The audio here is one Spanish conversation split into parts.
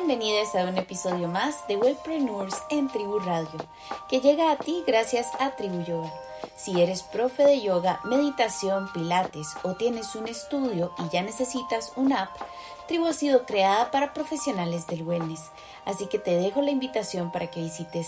Bienvenidos a un episodio más de Wellpreneurs en Tribu Radio, que llega a ti gracias a Tribu Yoga. Si eres profe de yoga, meditación, pilates o tienes un estudio y ya necesitas una app, Tribu ha sido creada para profesionales del wellness. Así que te dejo la invitación para que visites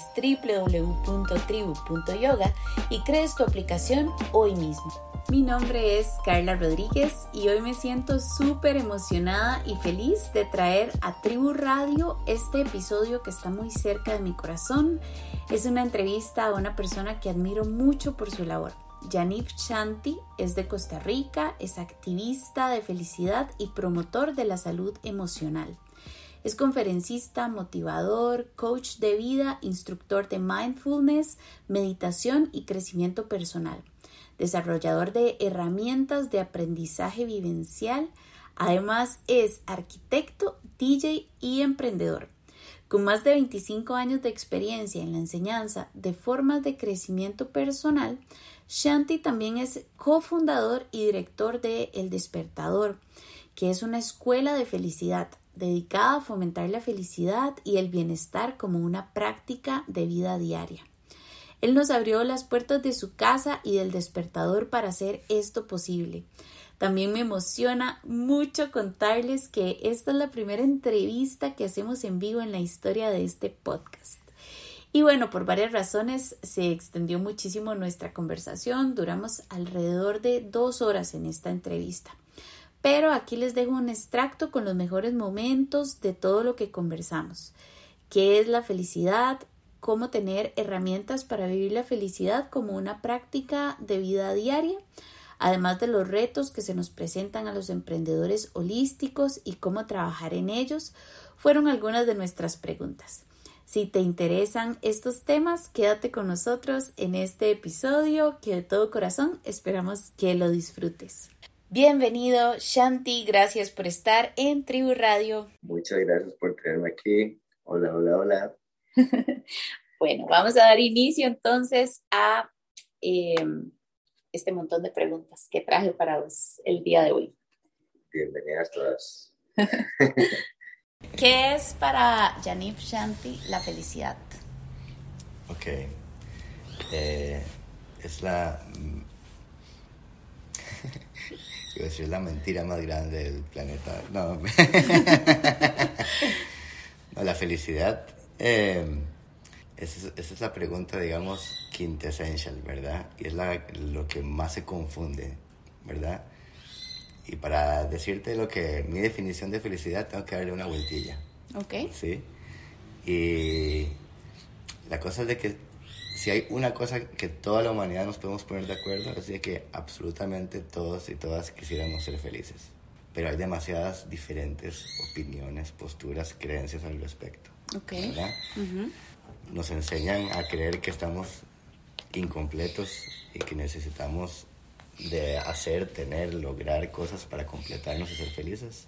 www.tribu.yoga y crees tu aplicación hoy mismo. Mi nombre es Carla Rodríguez y hoy me siento súper emocionada y feliz de traer a Tribu Radio este episodio que está muy cerca de mi corazón. Es una entrevista a una persona que admiro mucho por su labor. Yaniv Shanti es de Costa Rica, es activista de felicidad y promotor de la salud emocional. Es conferencista, motivador, coach de vida, instructor de mindfulness, meditación y crecimiento personal. Desarrollador de herramientas de aprendizaje vivencial. Además es arquitecto, DJ y emprendedor. Con más de 25 años de experiencia en la enseñanza de formas de crecimiento personal, Shanti también es cofundador y director de El Despertador, que es una escuela de felicidad dedicada a fomentar la felicidad y el bienestar como una práctica de vida diaria. Él nos abrió las puertas de su casa y del Despertador para hacer esto posible. También me emociona mucho contarles que esta es la primera entrevista que hacemos en vivo en la historia de este podcast. Y bueno, por varias razones se extendió muchísimo nuestra conversación. Duramos alrededor de 2 horas en esta entrevista. Pero aquí les dejo un extracto con los mejores momentos de todo lo que conversamos. ¿Qué es la felicidad? Cómo tener herramientas para vivir la felicidad como una práctica de vida diaria, además de los retos que se nos presentan a los emprendedores holísticos y cómo trabajar en ellos, fueron algunas de nuestras preguntas. Si te interesan estos temas, quédate con nosotros en este episodio que de todo corazón esperamos que lo disfrutes. Bienvenido, Shanti, gracias por estar en Tribu Radio. Muchas gracias por tenerme aquí. Hola. Bueno, vamos a dar inicio entonces a este montón de preguntas que traje para vos el día de hoy. Bienvenidas todas. ¿Qué es para Yaniv Shanti la felicidad? Ok. Es la... Iba a decir la mentira más grande del planeta. No. No, la felicidad... Esa es la pregunta, digamos, quintessential, ¿verdad? Y es lo que más se confunde, ¿verdad? Y para decirte mi definición de felicidad, tengo que darle una vueltilla. Ok. ¿Sí? Y la cosa es de que si hay una cosa que toda la humanidad nos podemos poner de acuerdo, es de que absolutamente todos y todas quisiéramos ser felices. Pero hay demasiadas diferentes opiniones, posturas, creencias al respecto. Ok. ¿Verdad? Uh-huh. Nos enseñan a creer que estamos incompletos y que necesitamos de hacer, tener, lograr cosas para completarnos y ser felices.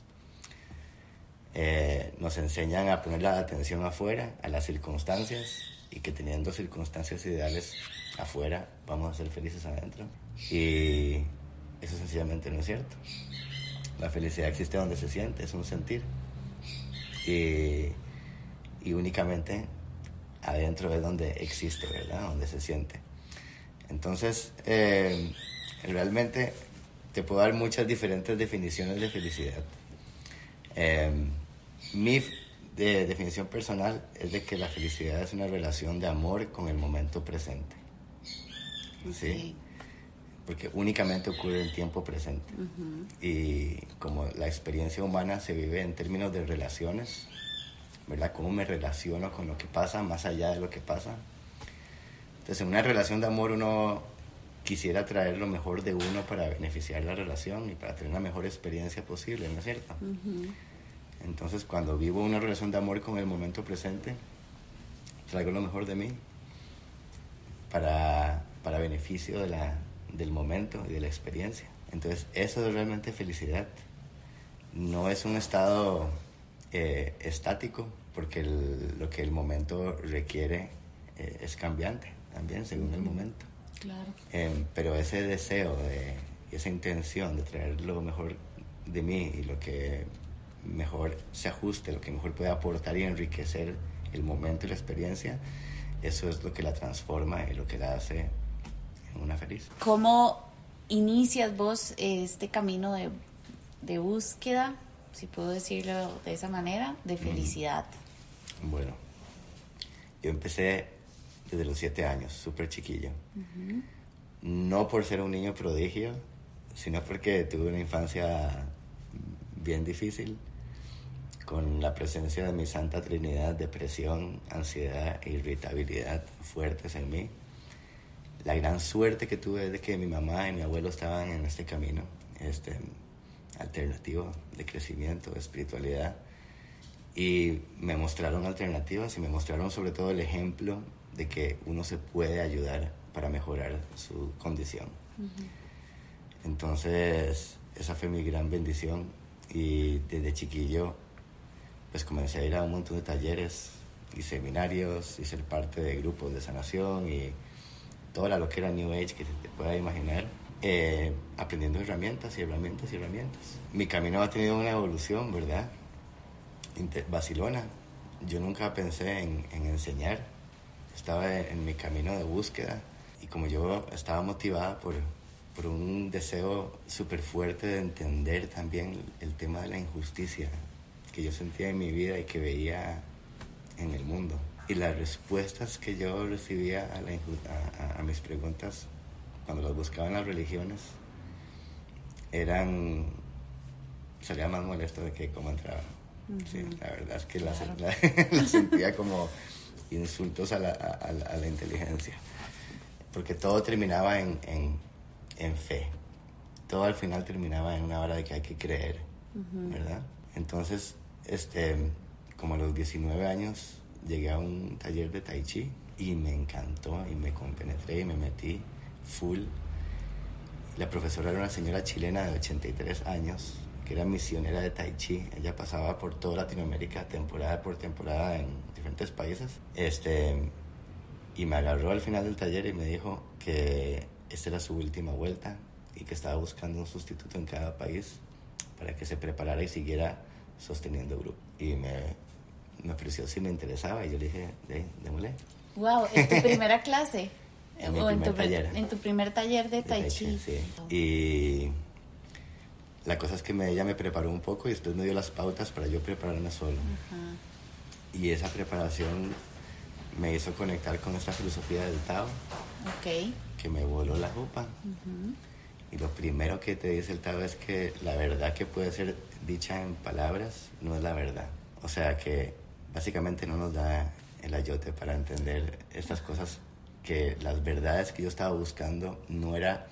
Nos enseñan a poner la atención afuera, a las circunstancias, y que teniendo circunstancias ideales afuera vamos a ser felices adentro. Y eso sencillamente no es cierto. La felicidad existe donde se siente, es un sentir. Y únicamente adentro es donde existe, ¿verdad? Donde se siente. Entonces, realmente te puedo dar muchas diferentes definiciones de felicidad. Mi definición personal es de que la felicidad es una relación de amor con el momento presente. ¿Sí? Porque únicamente ocurre en tiempo presente. Uh-huh. Y como la experiencia humana se vive en términos de relaciones, ¿verdad? Cómo me relaciono con lo que pasa más allá de lo que pasa. Entonces, en una relación de amor uno quisiera traer lo mejor de uno para beneficiar la relación y para tener la mejor experiencia posible, ¿no es cierto? Uh-huh. Entonces, cuando vivo una relación de amor con el momento presente, traigo lo mejor de mí para beneficio del momento y de la experiencia. Entonces, eso es realmente felicidad. No es un estado estático, porque lo que el momento requiere es cambiante también según el momento. Claro. Pero ese deseo y esa intención de traer lo mejor de mí y lo que mejor se ajuste, lo que mejor puede aportar y enriquecer el momento y la experiencia, eso es lo que la transforma y lo que la hace una feliz. ¿Cómo inicias vos este camino de búsqueda, si puedo decirlo de esa manera, de felicidad? Bueno, yo empecé desde los 7 años, súper chiquillo. No por ser un niño prodigio, sino porque tuve una infancia bien difícil, con la presencia de mi Santa Trinidad, depresión, ansiedad e irritabilidad fuertes en mí. La gran suerte que tuve es de que mi mamá y mi abuelo estaban en este camino alternativo de crecimiento, de espiritualidad, y me mostraron alternativas y me mostraron sobre todo el ejemplo de que uno se puede ayudar para mejorar su condición. Entonces esa fue mi gran bendición, y desde chiquillo pues comencé a ir a un montón de talleres y seminarios y ser parte de grupos de sanación y toda lo que era New Age que se te pueda imaginar, aprendiendo herramientas. Mi camino ha tenido una evolución, ¿verdad? Vacilona. Yo nunca pensé en enseñar. Estaba en mi camino de búsqueda, y como yo estaba motivada por un deseo súper fuerte de entender también el tema de la injusticia que yo sentía en mi vida y que veía en el mundo, y las respuestas que yo recibía a mis preguntas cuando las buscaba en las religiones salía más molesto de que cómo entraba. Sí, la verdad es que la sentía como insultos a la inteligencia, porque todo terminaba en fe, todo al final terminaba en una hora de que hay que creer, ¿verdad? Entonces, como a los 19 años llegué a un taller de Tai Chi y me encantó y me compenetré y me metí full. La profesora era una señora chilena de 83 años que era misionera de Tai Chi. Ella pasaba por toda Latinoamérica temporada por temporada en diferentes países, y me agarró al final del taller y me dijo que esta era su última vuelta y que estaba buscando un sustituto en cada país para que se preparara y siguiera sosteniendo grupo. Y me ofreció si me interesaba, y yo le dije, démosle. Wow, ¿en tu primera clase? En mi primer taller. En tu primer taller de Tai Chi. Sí. Y la cosa es que ella me preparó un poco y después me dio las pautas para yo prepararme solo. Y esa preparación me hizo conectar con esta filosofía del Tao, que me voló la jupa. Y lo primero que te dice el Tao es que la verdad que puede ser dicha en palabras no es la verdad. O sea que básicamente no nos da el ayote para entender estas cosas, que las verdades que yo estaba buscando no era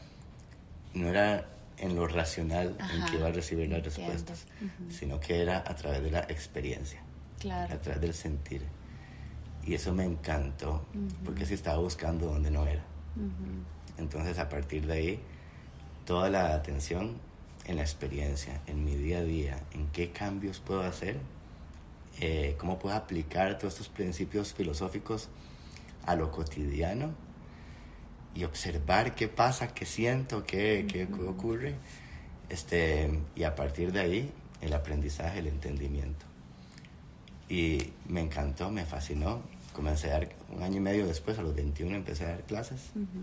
en lo racional en que iba a recibir las respuestas, sino que era a través de la experiencia, a través del sentir. Y eso me encantó, porque sí estaba buscando donde no era. Entonces, a partir de ahí, toda la atención en la experiencia, en mi día a día, en qué cambios puedo hacer, cómo puedo aplicar todos estos principios filosóficos a lo cotidiano y observar qué pasa, qué siento, qué ocurre, y a partir de ahí el aprendizaje, el entendimiento. Y me encantó, me fascinó. Comencé a dar, 1 año y medio después, a los 21, empecé a dar clases.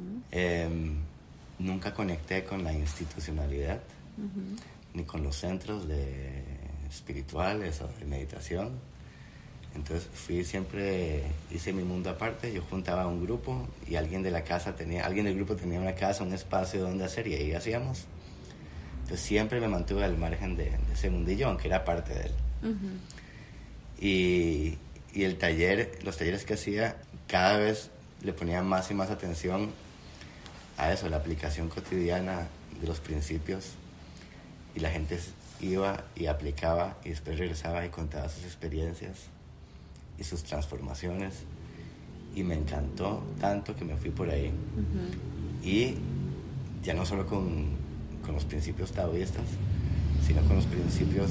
Nunca conecté con la institucionalidad, ni con los centros espirituales o de meditación. Entonces hice mi mundo aparte. Yo juntaba un grupo y alguien del grupo tenía una casa, un espacio donde hacer, y ahí hacíamos. Entonces siempre me mantuve al margen de ese mundillo, aunque era parte de él. Y los talleres que hacía, cada vez le ponía más y más atención a eso, la aplicación cotidiana de los principios, y la gente iba y aplicaba y después regresaba y contaba sus experiencias y sus transformaciones, y me encantó tanto que me fui por ahí. Y ya no solo con los principios taoístas, sino con los principios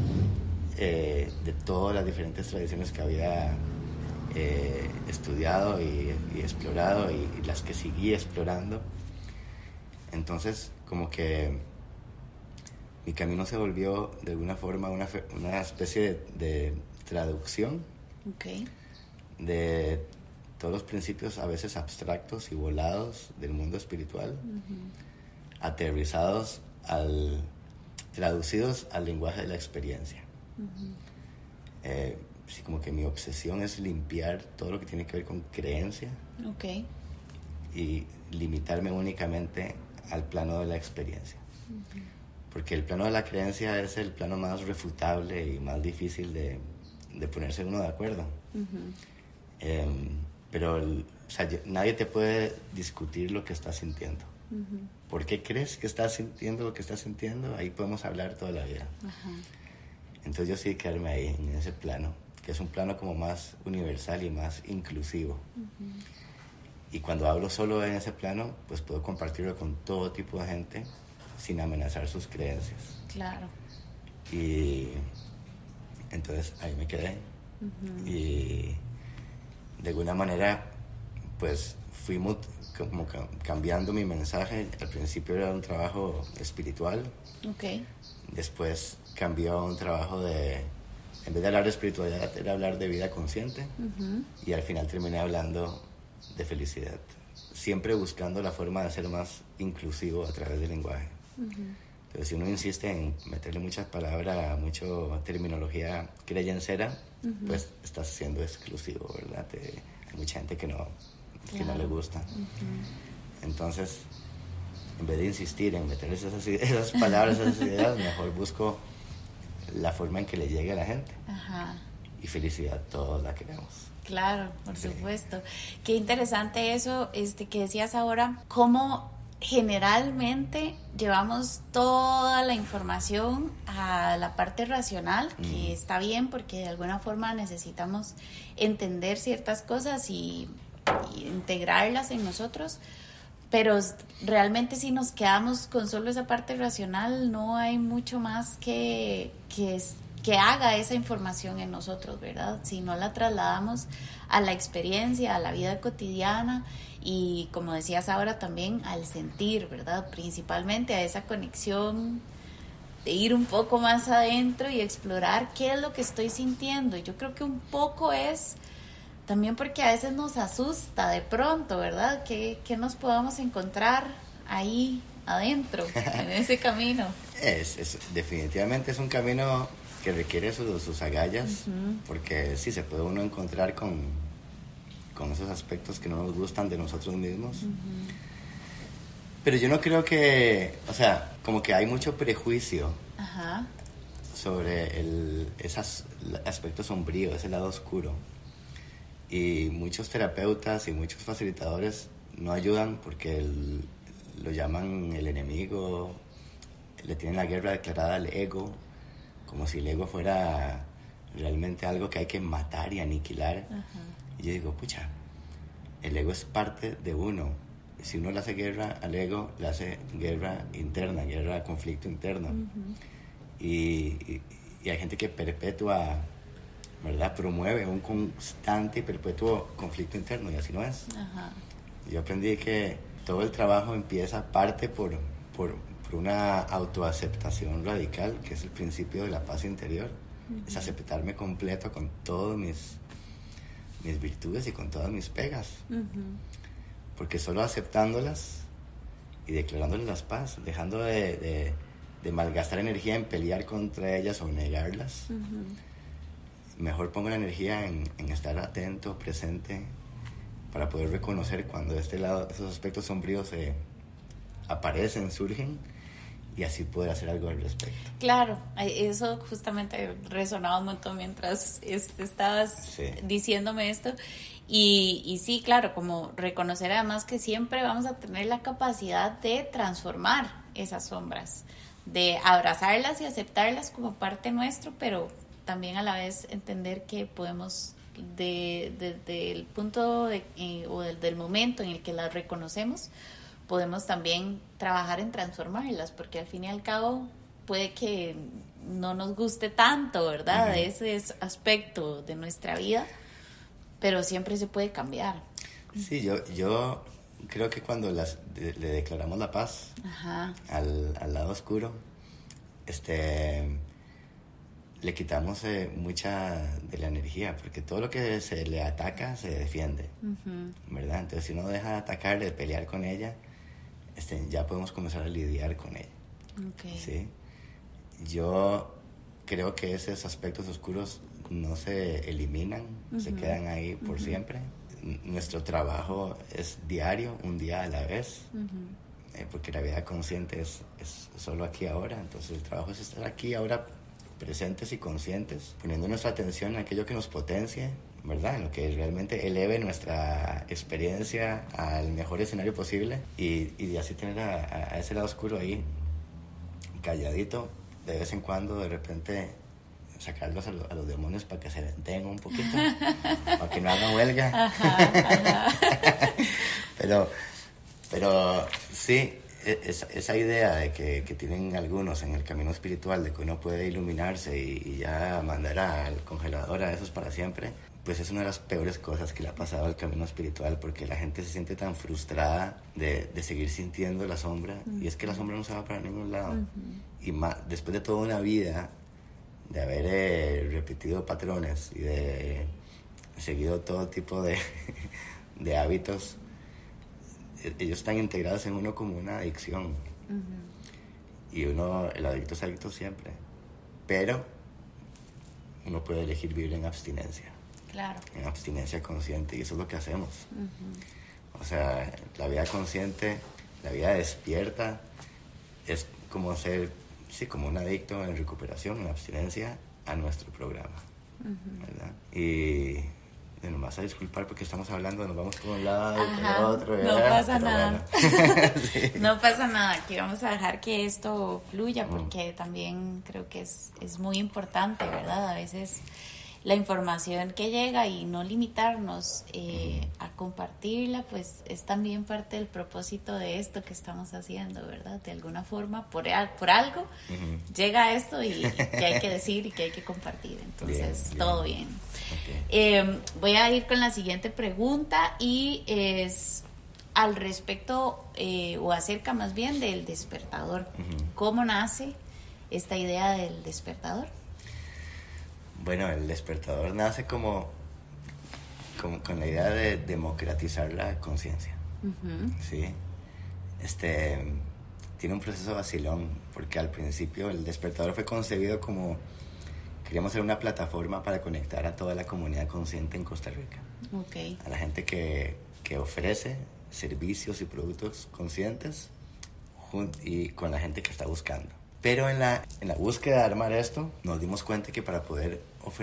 de todas las diferentes tradiciones que había estudiado y explorado, y las que seguí explorando. Entonces, como que mi camino se volvió de alguna forma una especie de traducción de todos los principios a veces abstractos y volados del mundo espiritual, aterrizados traducidos al lenguaje de la experiencia. Sí, como que mi obsesión es limpiar todo lo que tiene que ver con creencia y limitarme únicamente al plano de la experiencia. Porque el plano de la creencia es el plano más refutable y más difícil de ponerse uno de acuerdo. Pero nadie te puede discutir lo que estás sintiendo. ¿Por qué crees que estás sintiendo lo que estás sintiendo? Ahí podemos hablar toda la vida. Entonces yo sí quedarme ahí, en ese plano, que es un plano como más universal y más inclusivo. Y cuando hablo solo en ese plano, pues puedo compartirlo con todo tipo de gente sin amenazar sus creencias. Claro. Y entonces ahí me quedé. Y de alguna manera, pues fui como cambiando mi mensaje. Al principio era un trabajo espiritual. Después cambió a un trabajo en vez de hablar de espiritualidad, era hablar de vida consciente. Y al final terminé hablando de felicidad, siempre buscando la forma de ser más inclusivo a través del lenguaje. Pero si uno insiste en meterle muchas palabras, mucha terminología creyencera, pues estás siendo exclusivo, ¿verdad? Hay mucha gente que no le gusta. Entonces, en vez de insistir en meter esas palabras, esas ideas, mejor busco la forma en que le llegue a la gente. Y felicidad todos la queremos. Claro, por supuesto. Qué interesante eso que decías ahora, cómo generalmente llevamos toda la información a la parte racional, que está bien porque de alguna forma necesitamos entender ciertas cosas y integrarlas en nosotros, pero realmente si nos quedamos con solo esa parte racional, no hay mucho más que haga esa información en nosotros, ¿verdad? Si no la trasladamos a la experiencia, a la vida cotidiana y, como decías ahora, también al sentir, ¿verdad? Principalmente a esa conexión de ir un poco más adentro y explorar qué es lo que estoy sintiendo. Yo creo que un poco es también porque a veces nos asusta de pronto, ¿verdad? Que nos podamos encontrar ahí adentro, en ese camino. Definitivamente es un camino que requiere sus agallas, porque sí se puede uno encontrar con esos aspectos que no nos gustan de nosotros mismos. Pero yo no creo que, como que hay mucho prejuicio sobre ese aspecto sombrío, ese lado oscuro. Y muchos terapeutas y muchos facilitadores no ayudan porque lo llaman el enemigo, le tienen la guerra declarada al ego, como si el ego fuera realmente algo que hay que matar y aniquilar. Y yo digo, pucha, el ego es parte de uno. Si uno le hace guerra al ego, le hace guerra interna, conflicto interno. Y hay gente que perpetúa, ¿verdad? Promueve un constante y perpetuo conflicto interno, y así no es. Yo aprendí que todo el trabajo parte por una autoaceptación radical, que es el principio de la paz interior. Es aceptarme completo con todas mis virtudes y con todas mis pegas. Porque solo aceptándolas y declarándoles la paz, dejando de malgastar energía en pelear contra ellas o negarlas, mejor pongo la energía en estar atento, presente, para poder reconocer cuando de este lado esos aspectos sombríos aparecen, surgen, y así poder hacer algo al respecto. Claro, eso justamente resonaba un montón mientras estabas diciéndome esto. Y sí, claro, como reconocer además que siempre vamos a tener la capacidad de transformar esas sombras, de abrazarlas y aceptarlas como parte nuestro, pero también a la vez entender que podemos, desde el punto o del momento en el que las reconocemos, podemos también trabajar en transformarlas, porque al fin y al cabo puede que no nos guste tanto, ¿verdad? Ese aspecto de nuestra vida, pero siempre se puede cambiar. Sí, yo creo que cuando le declaramos la paz al lado oscuro, le quitamos mucha de la energía, porque todo lo que se le ataca se defiende, ¿verdad? Entonces, si uno deja de atacarle, de pelear con ella, ya podemos comenzar a lidiar con ella. Okay. ¿Sí? Yo creo que esos aspectos oscuros no se eliminan, se quedan ahí por siempre. Nuestro trabajo es diario, un día a la vez, porque la vida consciente es solo aquí ahora. Entonces el trabajo es estar aquí ahora, presentes y conscientes, poniendo nuestra atención en aquello que nos potencie, ¿verdad? En lo que realmente eleve nuestra experiencia al mejor escenario posible, y así tener a ese lado oscuro ahí, calladito, de vez en cuando, de repente sacarlos a los demonios para que se venteen un poquito, para que no hagan huelga. Pero sí, esa idea de que tienen algunos en el camino espiritual, de que uno puede iluminarse y ya mandar al congelador a esos para siempre, pues es una de las peores cosas que le ha pasado al camino espiritual, porque la gente se siente tan frustrada de seguir sintiendo la sombra, y es que la sombra no se va para ningún lado. Y después de toda una vida de haber repetido patrones y de seguido todo tipo de hábitos, ellos están integrados en uno como una adicción. Y el adicto es adicto siempre, pero uno puede elegir vivir en abstinencia. Claro. En abstinencia consciente, y eso es lo que hacemos. O sea, la vida consciente, la vida despierta, es como ser, sí, como un adicto en recuperación, en abstinencia a nuestro programa, ¿verdad? Y nos vas a disculpar porque estamos hablando, nos vamos por un lado y por el otro, ¿verdad? No pasa nada. Bueno. Sí. No pasa nada, aquí vamos a dejar que esto fluya, porque también creo que es muy importante, ¿verdad? A veces la información que llega, y no limitarnos a compartirla, pues es también parte del propósito de esto que estamos haciendo, ¿verdad? De alguna forma, por algo, llega esto y que hay que decir y que hay que compartir. Entonces, bien. Todo bien. Okay. Voy a ir con la siguiente pregunta, y es al respecto, o acerca más bien del despertador. ¿Cómo nace esta idea del despertador? Bueno, el despertador nace como con la idea de democratizar la conciencia. ¿Sí? Tiene un proceso vacilón, porque al principio el despertador fue concebido como, queríamos ser una plataforma para conectar a toda la comunidad consciente en Costa Rica. Okay. A la gente que ofrece servicios y productos conscientes, y con la gente que está buscando. Pero en la búsqueda de armar esto, nos dimos cuenta que para poder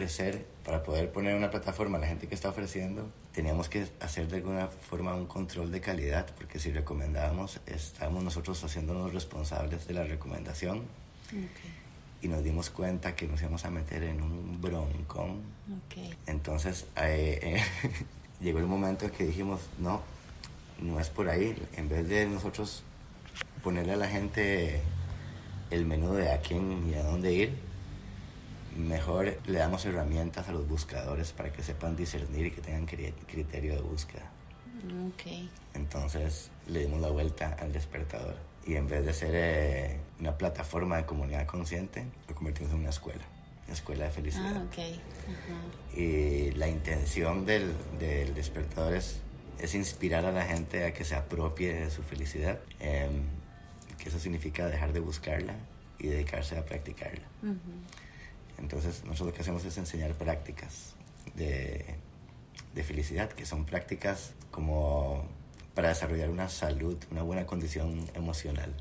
poner una plataforma a la gente que está ofreciendo, teníamos que hacer de alguna forma un control de calidad, porque si recomendábamos, estábamos nosotros haciéndonos responsables de la recomendación. Okay. Y nos dimos cuenta que nos íbamos a meter en un broncón. Okay. Entonces llegó el momento en que dijimos, no es por ahí. En vez de nosotros ponerle a la gente el menú de a quién y a dónde ir, mejor le damos herramientas a los buscadores para que sepan discernir y que tengan criterio de búsqueda. Okay. Entonces le dimos la vuelta al despertador, y en vez de ser una plataforma de comunidad consciente, lo convertimos en una escuela de felicidad. Okay. Y la intención del despertador es inspirar a la gente a que se apropie de su felicidad, que eso significa dejar de buscarla y dedicarse a practicarla. Entonces nosotros lo que hacemos es enseñar prácticas de felicidad, que son prácticas como para desarrollar una salud, una buena condición emocional.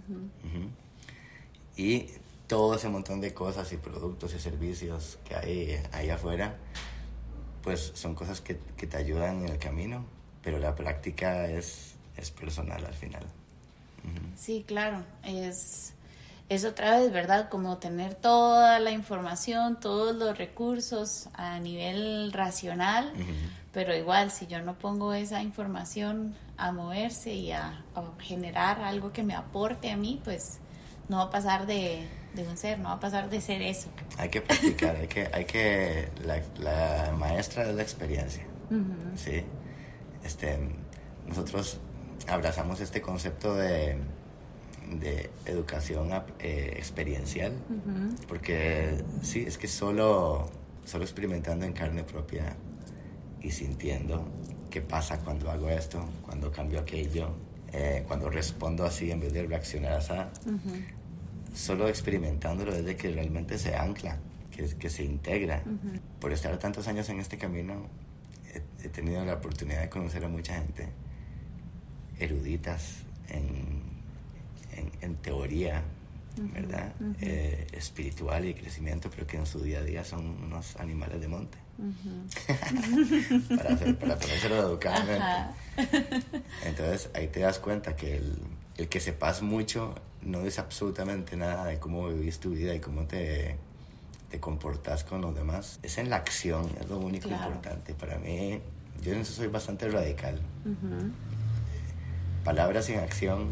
Y todo ese montón de cosas y productos y servicios que hay ahí afuera, pues son cosas que te ayudan en el camino, pero la práctica es personal al final. Sí, claro, es otra vez, ¿verdad? Como tener toda la información, todos los recursos a nivel racional, pero igual si yo no pongo esa información a moverse y a generar algo que me aporte a mí, pues no va a pasar de un ser, no va a pasar de ser eso. Hay que practicar, la maestra es la experiencia. ¿Sí? Nosotros abrazamos este concepto de de educación experiencial, porque sí, es que solo experimentando en carne propia y sintiendo qué pasa cuando hago esto, cuando cambio aquello, cuando respondo así en vez de reaccionar así, solo experimentándolo desde que realmente se ancla, que se integra. Por estar tantos años en este camino, he tenido la oportunidad de conocer a mucha gente eruditas en teoría, ¿verdad? Espiritual y crecimiento, pero que en su día a día son unos animales de monte. para ponérselo educadamente. Entonces ahí te das cuenta que el que sepas mucho no dice absolutamente nada de cómo vivís tu vida y cómo te comportas con los demás. Es en la acción, es lo único importante. Para mí, yo en eso soy bastante radical. Palabras sin acción,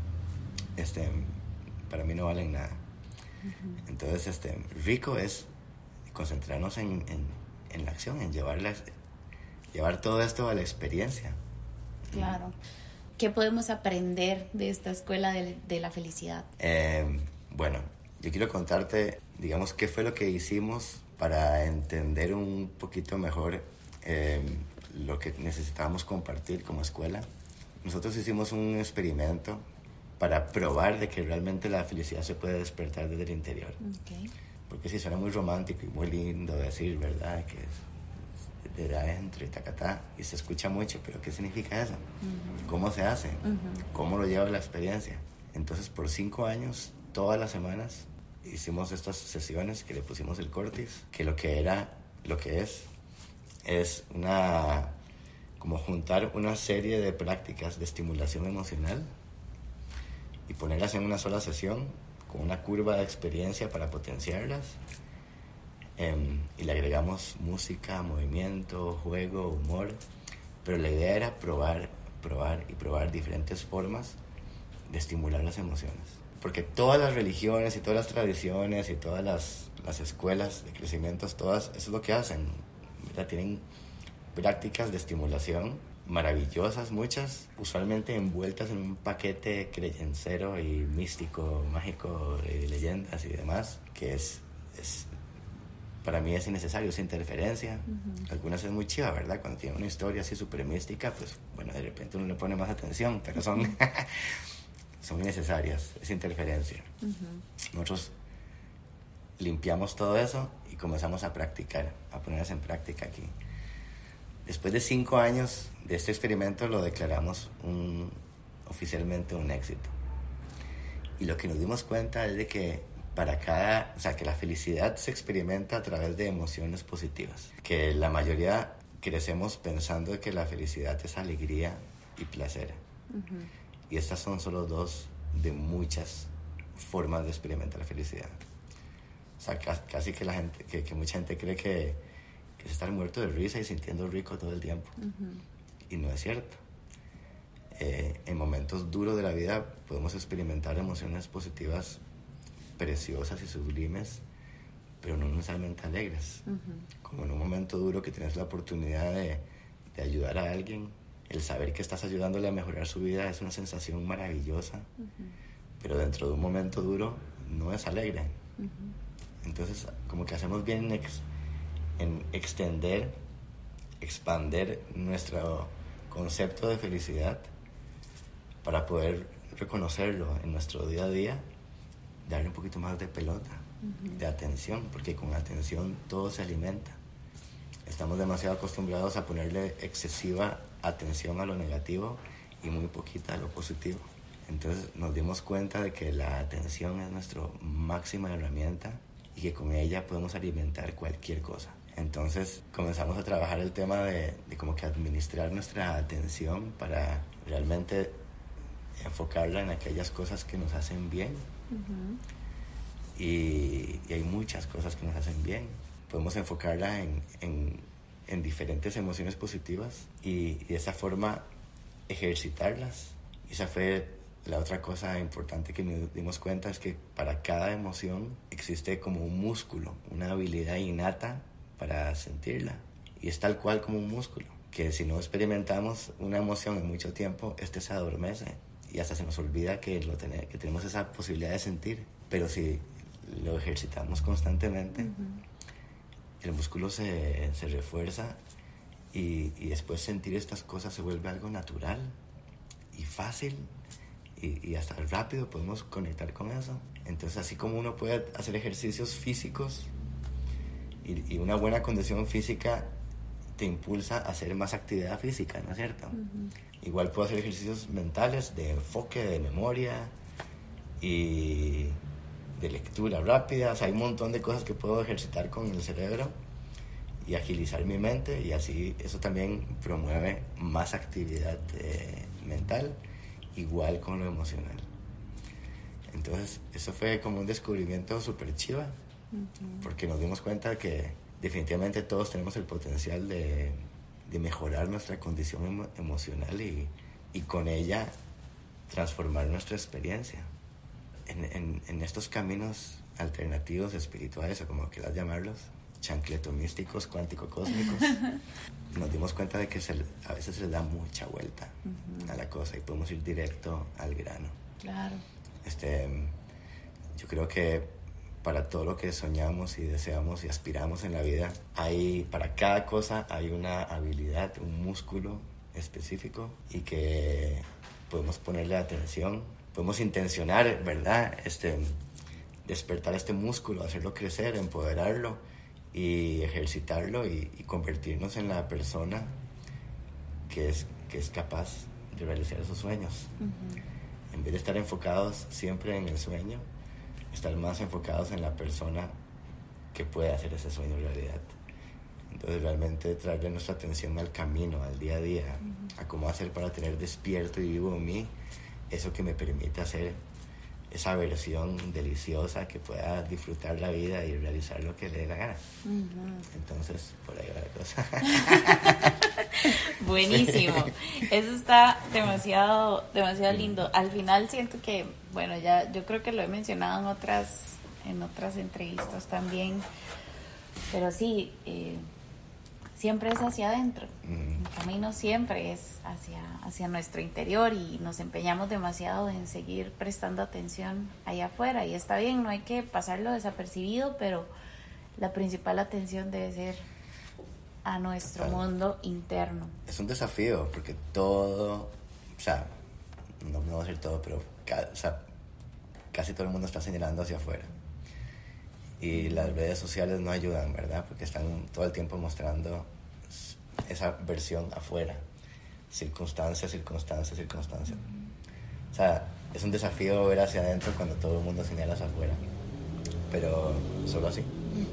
para mí no valen nada. Entonces, rico es concentrarnos en la acción, en llevar todo esto a la experiencia. Claro. ¿Qué podemos aprender de esta escuela de la felicidad? Bueno, yo quiero contarte, digamos, qué fue lo que hicimos para entender un poquito mejor lo que necesitábamos compartir como escuela. Nosotros hicimos un experimento para probar de que realmente la felicidad se puede despertar desde el interior. Okay. Porque sí, suena muy romántico y muy lindo decir, ¿verdad? Que es de adentro y tacatá, y se escucha mucho, pero ¿qué significa eso? ¿Cómo se hace? ¿Cómo lo lleva la experiencia? Entonces, por 5 años, todas las semanas, hicimos estas sesiones que le pusimos el Cortis, que lo que es como juntar una serie de prácticas de estimulación emocional y ponerlas en una sola sesión con una curva de experiencia para potenciarlas, y le agregamos música, movimiento, juego, humor, pero la idea era probar diferentes formas de estimular las emociones, porque todas las religiones y todas las tradiciones y todas las escuelas de crecimientos, todas, eso es lo que hacen, ¿verdad? Tienen prácticas de estimulación maravillosas, muchas, usualmente envueltas en un paquete creyencero y místico, mágico, de leyendas y demás, que es para mí es innecesario, es interferencia. Algunas es muy chiva, ¿verdad? Cuando tiene una historia así súper mística, pues bueno, de repente uno le pone más atención, pero son innecesarias, es interferencia. Nosotros limpiamos todo eso y comenzamos a practicar, a ponerlas en práctica aquí. Después de 5 años de este experimento lo declaramos oficialmente un éxito. Y lo que nos dimos cuenta es de que que la felicidad se experimenta a través de emociones positivas. Que la mayoría crecemos pensando de que la felicidad es alegría y placer. Y estas son solo 2 de muchas formas de experimentar la felicidad. O sea, casi que que mucha gente cree que es estar muerto de risa y sintiendo rico todo el tiempo. Y no es cierto. En momentos duros de la vida podemos experimentar emociones positivas preciosas y sublimes, pero no necesariamente alegres. Como en un momento duro que tienes la oportunidad de ayudar a alguien, el saber que estás ayudándole a mejorar su vida es una sensación maravillosa, pero dentro de un momento duro no es alegre. Entonces, como que hacemos bien en expander nuestro concepto de felicidad para poder reconocerlo en nuestro día a día, darle un poquito más de pelota, de atención, porque con atención todo se alimenta. Estamos demasiado acostumbrados a ponerle excesiva atención a lo negativo y muy poquita a lo positivo. Entonces nos dimos cuenta de que la atención es nuestra máxima herramienta y que con ella podemos alimentar cualquier cosa. Entonces comenzamos a trabajar el tema de como que administrar nuestra atención para realmente enfocarla en aquellas cosas que nos hacen bien. Y hay muchas cosas que nos hacen bien. Podemos enfocarla en diferentes emociones positivas y de esa forma ejercitarlas. Y esa fue la otra cosa importante que nos dimos cuenta, es que para cada emoción existe como un músculo, una habilidad innata para sentirla. Y es tal cual como un músculo, que si no experimentamos una emoción en mucho tiempo, se adormece y hasta se nos olvida que tenemos esa posibilidad de sentir. Pero si lo ejercitamos constantemente, el músculo se refuerza y después sentir estas cosas se vuelve algo natural y fácil y hasta rápido podemos conectar con eso. Entonces, así como uno puede hacer ejercicios físicos y una buena condición física te impulsa a hacer más actividad física, ¿no es cierto? Igual puedo hacer ejercicios mentales de enfoque, de memoria y de lectura rápida. O sea, hay un montón de cosas que puedo ejercitar con el cerebro y agilizar mi mente, y así eso también promueve más actividad mental, igual con lo emocional. Entonces, eso fue como un descubrimiento súper chiva, porque nos dimos cuenta que definitivamente todos tenemos el potencial de mejorar nuestra condición emocional y con ella transformar nuestra experiencia. En estos caminos alternativos espirituales, o como quieras llamarlos, chancletomísticos, cuántico-cósmicos, nos dimos cuenta de que a veces se le da mucha vuelta a la cosa y podemos ir directo al grano. Claro. Yo creo que para todo lo que soñamos y deseamos y aspiramos en la vida, para cada cosa hay una habilidad, un músculo específico, y que podemos ponerle atención, podemos intencionar, ¿verdad? Despertar este músculo, hacerlo crecer, empoderarlo y ejercitarlo y convertirnos en la persona que es capaz de realizar esos sueños. En vez de estar enfocados siempre en el sueño, estar más enfocados en la persona que puede hacer ese sueño realidad. Entonces, realmente traerle nuestra atención al camino, al día a día, a cómo hacer para tener despierto y vivo en mí eso que me permite hacer esa versión deliciosa que pueda disfrutar la vida y realizar lo que le dé la gana. Entonces, por ahí va la cosa. Buenísimo. Sí. Eso está demasiado lindo. Al final siento que, bueno, ya yo creo que lo he mencionado en otras entrevistas también, pero sí, siempre es hacia adentro. El camino siempre es hacia nuestro interior, y nos empeñamos demasiado en seguir prestando atención allá afuera, y está bien, no hay que pasarlo desapercibido, pero la principal atención debe ser a nuestro mundo interno. Es un desafío porque todo, o sea, no va a ser todo, pero casi todo el mundo está señalando hacia afuera. Y las redes sociales no ayudan, ¿verdad? Porque están todo el tiempo mostrando esa versión afuera. Circunstancias. O sea, es un desafío ver hacia adentro cuando todo el mundo señala hacia afuera. Pero solo así.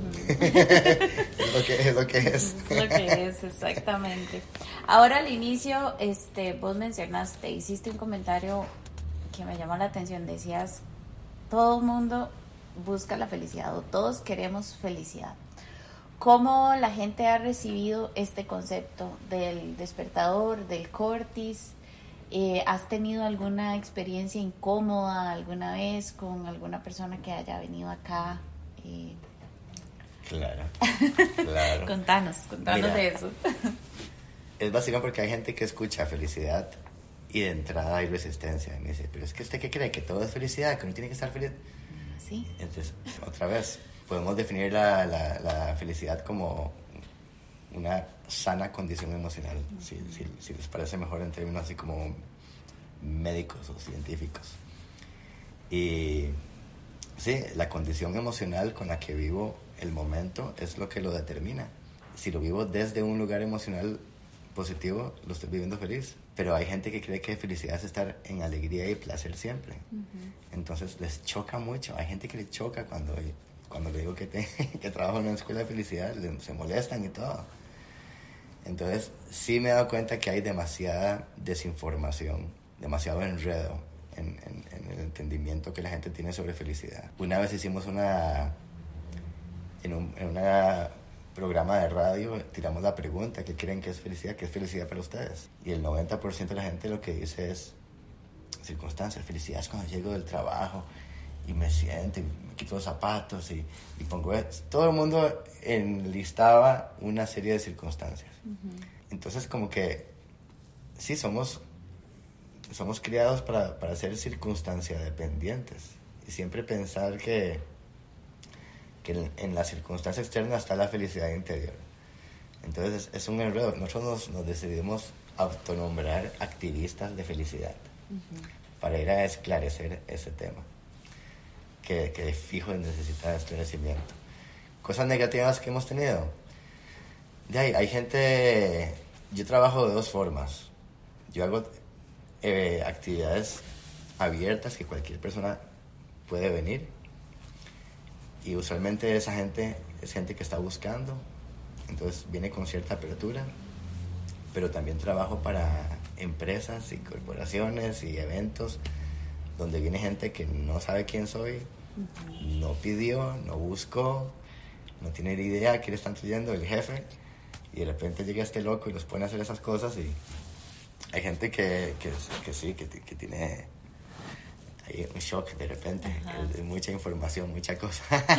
Es lo que es. Es lo que es, exactamente. Ahora, al inicio, vos mencionaste, hiciste un comentario que me llamó la atención. Decías, todo el mundo busca la felicidad, o todos queremos felicidad. ¿Cómo la gente ha recibido este concepto del despertador, del Cortis? ¿Has tenido alguna experiencia incómoda alguna vez con alguna persona que haya venido acá? Claro. Contanos Mira, de eso. Es básico porque hay gente que escucha felicidad y de entrada hay resistencia. Y me dice, pero es que ¿usted qué cree? ¿Que todo es felicidad? ¿Que uno tiene que estar feliz? Sí. Entonces, otra vez, podemos definir la felicidad como una sana condición emocional, si les parece mejor en términos así como médicos o científicos. Y sí, la condición emocional con la que vivo el momento es lo que lo determina. Si lo vivo desde un lugar emocional positivo, lo estoy viviendo feliz. Pero hay gente que cree que felicidad es estar en alegría y placer siempre. Entonces les choca mucho. Hay gente que le choca cuando le digo que trabajo en una escuela de felicidad, se molestan y todo. Entonces sí me he dado cuenta que hay demasiada desinformación, demasiado enredo en el entendimiento que la gente tiene sobre felicidad. Una vez hicimos en un programa de radio, tiramos la pregunta, ¿qué creen que es felicidad? ¿Qué es felicidad para ustedes? Y el 90% de la gente lo que dice es circunstancias. Felicidad es cuando llego del trabajo y me siento y me quito los zapatos y pongo esto. Todo el mundo enlistaba una serie de circunstancias. Entonces como que sí, somos somos criados para ser circunstancia dependientes y siempre pensar que en la circunstancia externa está la felicidad interior. Entonces es un error. Nosotros nos decidimos autonombrar activistas de felicidad para ir a esclarecer ese tema que de fijo necesita esclarecimiento. Cosas negativas que hemos tenido. Hay gente... Yo trabajo de dos formas. Yo hago actividades abiertas que cualquier persona puede venir, y usualmente esa gente es gente que está buscando, entonces viene con cierta apertura. Pero también trabajo para empresas y corporaciones y eventos donde viene gente que no sabe quién soy, no pidió, no buscó, no tiene ni idea qué le están trayendo el jefe, y de repente llega este loco y los pone a hacer esas cosas. Y hay gente que tiene ahí un shock de repente, de mucha información, mucha cosa.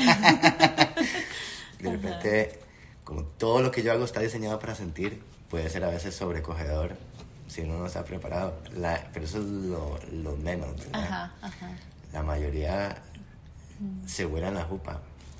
De repente, como todo lo que yo hago está diseñado para sentir, puede ser a veces sobrecogedor si uno no está preparado. Pero eso es lo menos, ¿verdad? La mayoría se vuelan la jupa.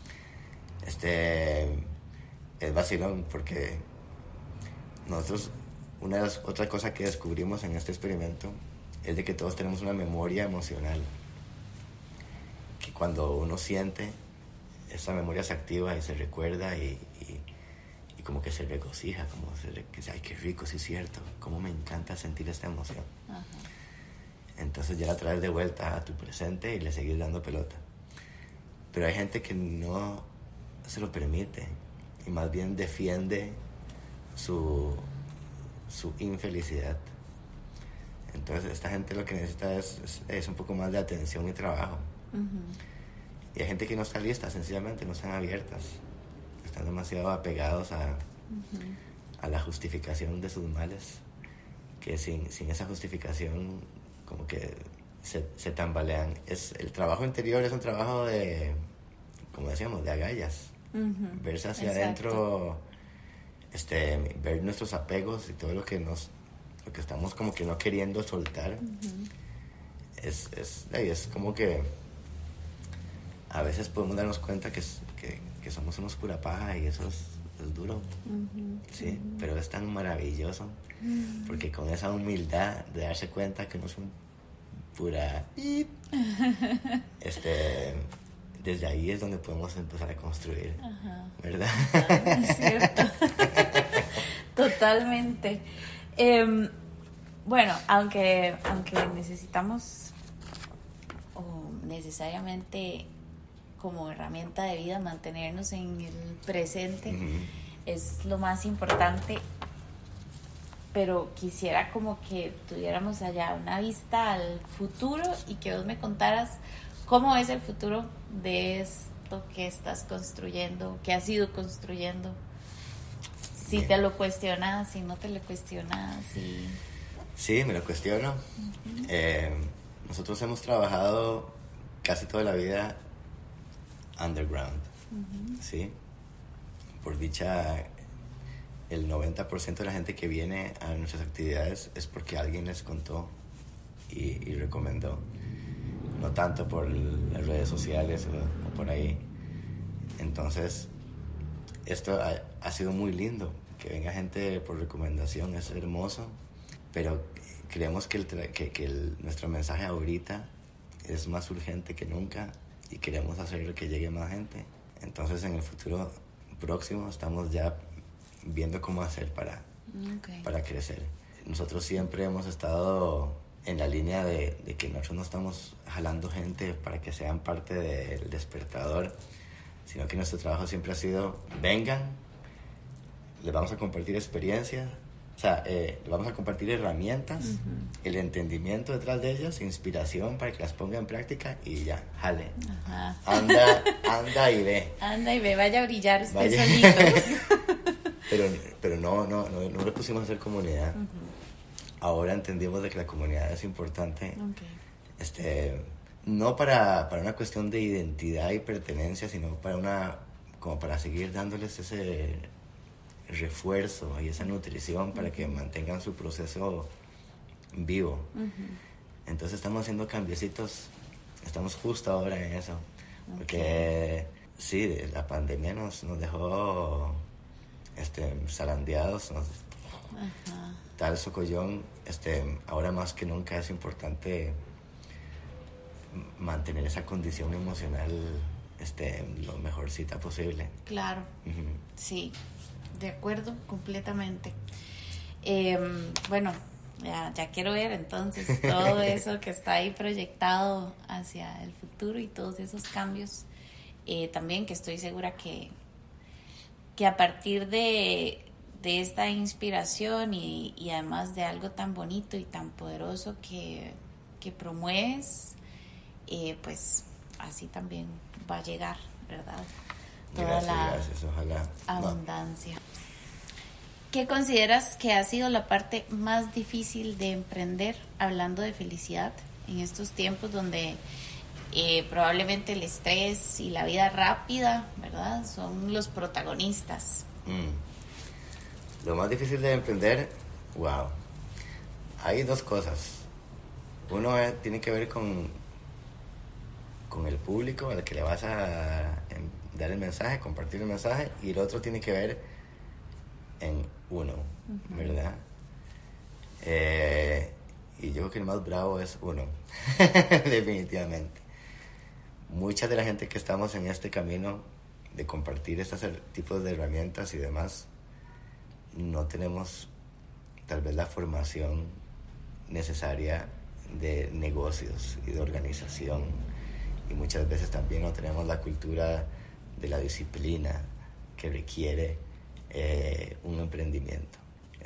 Es vacilón porque nosotros, otra cosa que descubrimos en este experimento es de que todos tenemos una memoria emocional, que cuando uno siente, esa memoria se activa y se recuerda y como que se regocija, que dice, ay, qué rico, sí es cierto, cómo me encanta sentir esta emoción. Entonces ya la traes de vuelta a tu presente y le seguís dando pelota. Pero hay gente que no se lo permite y más bien defiende su infelicidad. Entonces esta gente lo que necesita es un poco más de atención y trabajo. Y hay gente que no está lista, sencillamente no están abiertas, están demasiado apegados a la justificación de sus males, que sin esa justificación como que se tambalean. El trabajo interior es un trabajo de, como decíamos, de agallas. Verse hacia adentro, ver nuestros apegos y todo lo que estamos como que no queriendo soltar. Es como que a veces podemos darnos cuenta que somos unos pura paja, y eso es duro, sí, pero es tan maravilloso, porque con esa humildad de darse cuenta que no es un pura desde ahí es donde podemos empezar a construir. ¿Verdad? Es cierto. Totalmente. Bueno, aunque necesitamos, o necesariamente como herramienta de vida, mantenernos en el presente, es lo más importante, pero quisiera como que tuviéramos allá una vista al futuro y que vos me contaras cómo es el futuro de esto que estás construyendo, que has ido construyendo. Si te lo cuestionas, si no te lo cuestionas. Sí, me lo cuestiono. Nosotros hemos trabajado casi toda la vida underground, ¿sí? Por dicha, el 90% de la gente que viene a nuestras actividades es porque alguien les contó y recomendó, no tanto por las redes sociales o por ahí. Entonces, esto ha sido muy lindo, que venga gente por recomendación, es hermoso, pero creemos que nuestro mensaje ahorita es más urgente que nunca y queremos hacer que llegue más gente. Entonces, en el futuro próximo estamos ya viendo cómo hacer para crecer. Nosotros siempre hemos estado en la línea de que nosotros no estamos jalando gente para que sean parte del despertador, sino que nuestro trabajo siempre ha sido, vengan, les vamos a compartir experiencias, les vamos a compartir herramientas, el entendimiento detrás de ellas, inspiración para que las ponga en práctica y ya, jale. Anda y ve. Anda y ve, vaya a brillar usted solito. pero no le pusimos a hacer comunidad. Ahora entendimos de que la comunidad es importante. No para una cuestión de identidad y pertenencia, sino para seguir dándoles ese refuerzo y esa nutrición para que mantengan su proceso vivo. Entonces estamos haciendo cambiecitos, estamos justo ahora en eso, porque sí, la pandemia nos dejó zarandeados, tal socollón. Ahora más que nunca es importante mantener esa condición emocional lo mejorcita posible. Claro, sí, de acuerdo completamente. Bueno, ya quiero ver entonces todo eso que está ahí proyectado hacia el futuro y todos esos cambios. También que estoy segura que a partir de esta inspiración y además de algo tan bonito y tan poderoso que promueves, pues así también va a llegar, ¿verdad? Toda gracias, ojalá. Abundancia. No. ¿Qué consideras que ha sido la parte más difícil de emprender, hablando de felicidad, en estos tiempos donde probablemente el estrés y la vida rápida, ¿verdad?, son los protagonistas? Lo más difícil de emprender, wow. Hay dos cosas. Uno tiene que ver con el público al que le vas a dar el mensaje, compartir el mensaje, y el otro tiene que ver en uno, ¿verdad? Y yo creo que el más bravo es uno, definitivamente. Mucha de la gente que estamos en este camino de compartir estos tipos de herramientas y demás, no tenemos tal vez la formación necesaria de negocios y de organización, y muchas veces también no tenemos la cultura de la disciplina que requiere un emprendimiento.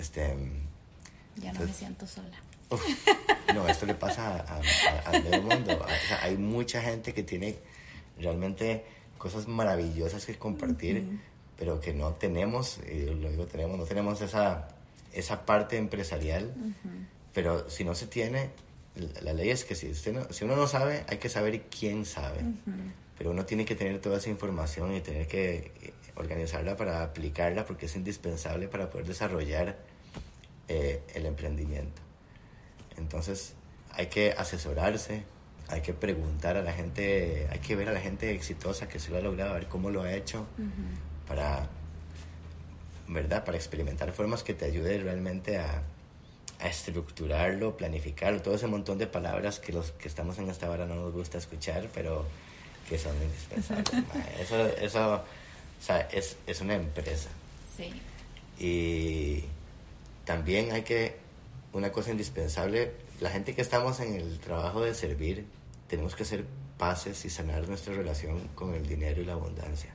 Ya no me siento sola. No, esto le pasa a medio mundo. O sea, hay mucha gente que tiene realmente cosas maravillosas que compartir, pero que no tenemos, y lo digo tenemos, no tenemos esa parte empresarial. Pero si no se tiene, la ley es que si uno no sabe, hay que saber quién sabe. Pero uno tiene que tener toda esa información y tener que organizarla para aplicarla, porque es indispensable para poder desarrollar el emprendimiento. Entonces hay que asesorarse, hay que preguntar a la gente, hay que ver a la gente exitosa que se lo ha logrado, a ver cómo lo ha hecho, para experimentar formas que te ayuden realmente a estructurarlo, planificarlo, todo ese montón de palabras que los que estamos en esta hora no nos gusta escuchar, pero que son indispensables. Eso, o sea, es una empresa. Sí. Y también una cosa indispensable, la gente que estamos en el trabajo de servir, tenemos que hacer paces y sanar nuestra relación con el dinero y la abundancia.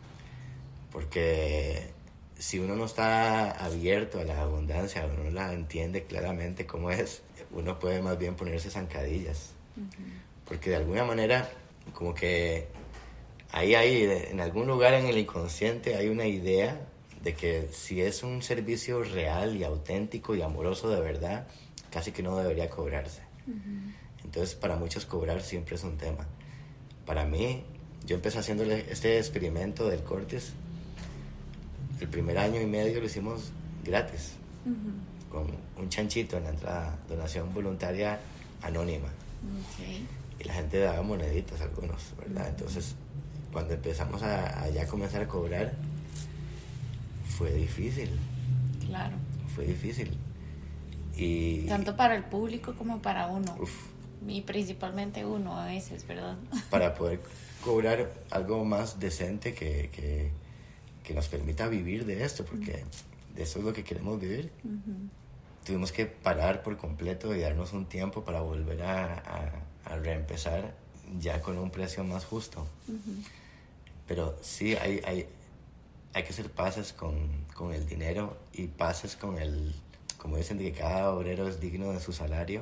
Porque si uno no está abierto a la abundancia, uno no la entiende claramente cómo es, uno puede más bien ponerse zancadillas. Porque de alguna manera, como que ahí en algún lugar en el inconsciente hay una idea de que si es un servicio real y auténtico y amoroso de verdad, casi que no debería cobrarse. Entonces, para muchos cobrar siempre es un tema. Para mí, yo empecé haciéndole este experimento del Cortes. El primer año y medio lo hicimos gratis, con un chanchito en la entrada, donación voluntaria anónima. Y la gente daba moneditas, algunos, ¿verdad? Entonces, cuando empezamos a ya comenzar a cobrar, fue difícil. Claro. Fue difícil. Y tanto para el público como para uno. Y principalmente uno a veces, ¿verdad? Para poder cobrar algo más decente que nos permita vivir de esto, porque de eso es lo que queremos vivir. Tuvimos que parar por completo y darnos un tiempo para volver a reempezar ya con un precio más justo. Pero sí, hay que hacer paces con el dinero y paces con como dicen, de que cada obrero es digno de su salario.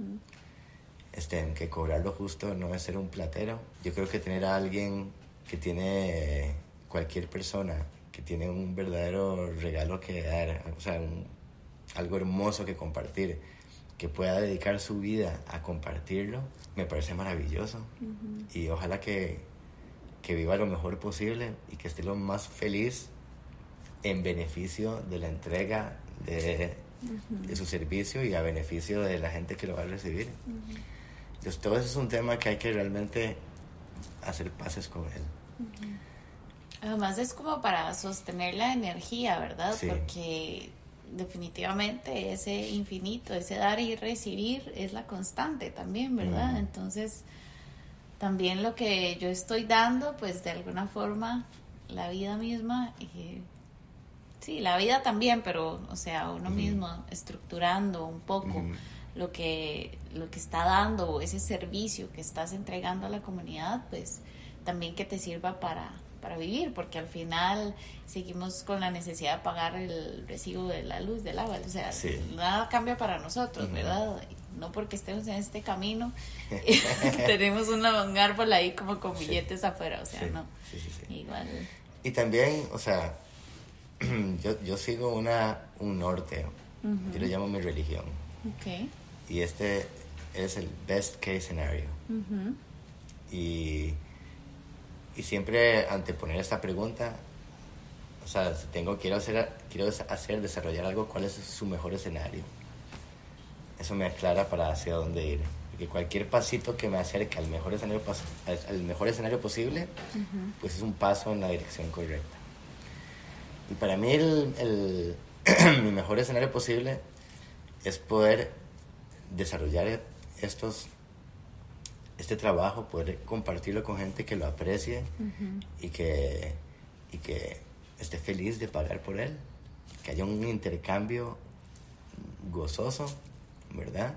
Que cobrar lo justo no es ser un platero. Yo creo que tener a alguien que tiene, cualquier persona que tiene un verdadero regalo que dar, o sea, algo hermoso que compartir, que pueda dedicar su vida a compartirlo, me parece maravilloso. Y ojalá que viva lo mejor posible y que esté lo más feliz en beneficio de la entrega de de su servicio y a beneficio de la gente que lo va a recibir. Entonces todo eso es un tema que hay que realmente hacer paces con él. Además es como para sostener la energía, ¿verdad? Sí. Porque definitivamente ese infinito, ese dar y recibir es la constante también, ¿verdad? Entonces también lo que yo estoy dando, pues de alguna forma la vida misma, sí, la vida también, pero o sea, uno mismo estructurando un poco lo que está dando, ese servicio que estás entregando a la comunidad, pues también que te sirva para vivir, porque al final seguimos con la necesidad de pagar el recibo de la luz, del agua, o sea, nada cambia para nosotros, ¿verdad? No porque estemos en este camino tenemos un árbol ahí como con billetes afuera, o sea, no. Igual. Y también, o sea, yo sigo un norte, yo lo llamo mi religión. Okay. Y este es el best case scenario. Y siempre anteponer esta pregunta, o sea, si quiero desarrollar algo, ¿cuál es su mejor escenario? Eso me aclara para hacia dónde ir. Porque cualquier pasito que me acerque al mejor escenario posible, pues es un paso en la dirección correcta. Y para mí mi mejor escenario posible es poder desarrollar este trabajo, poder compartirlo con gente que lo aprecie y que esté feliz de pagar por él, que haya un intercambio gozoso, ¿verdad?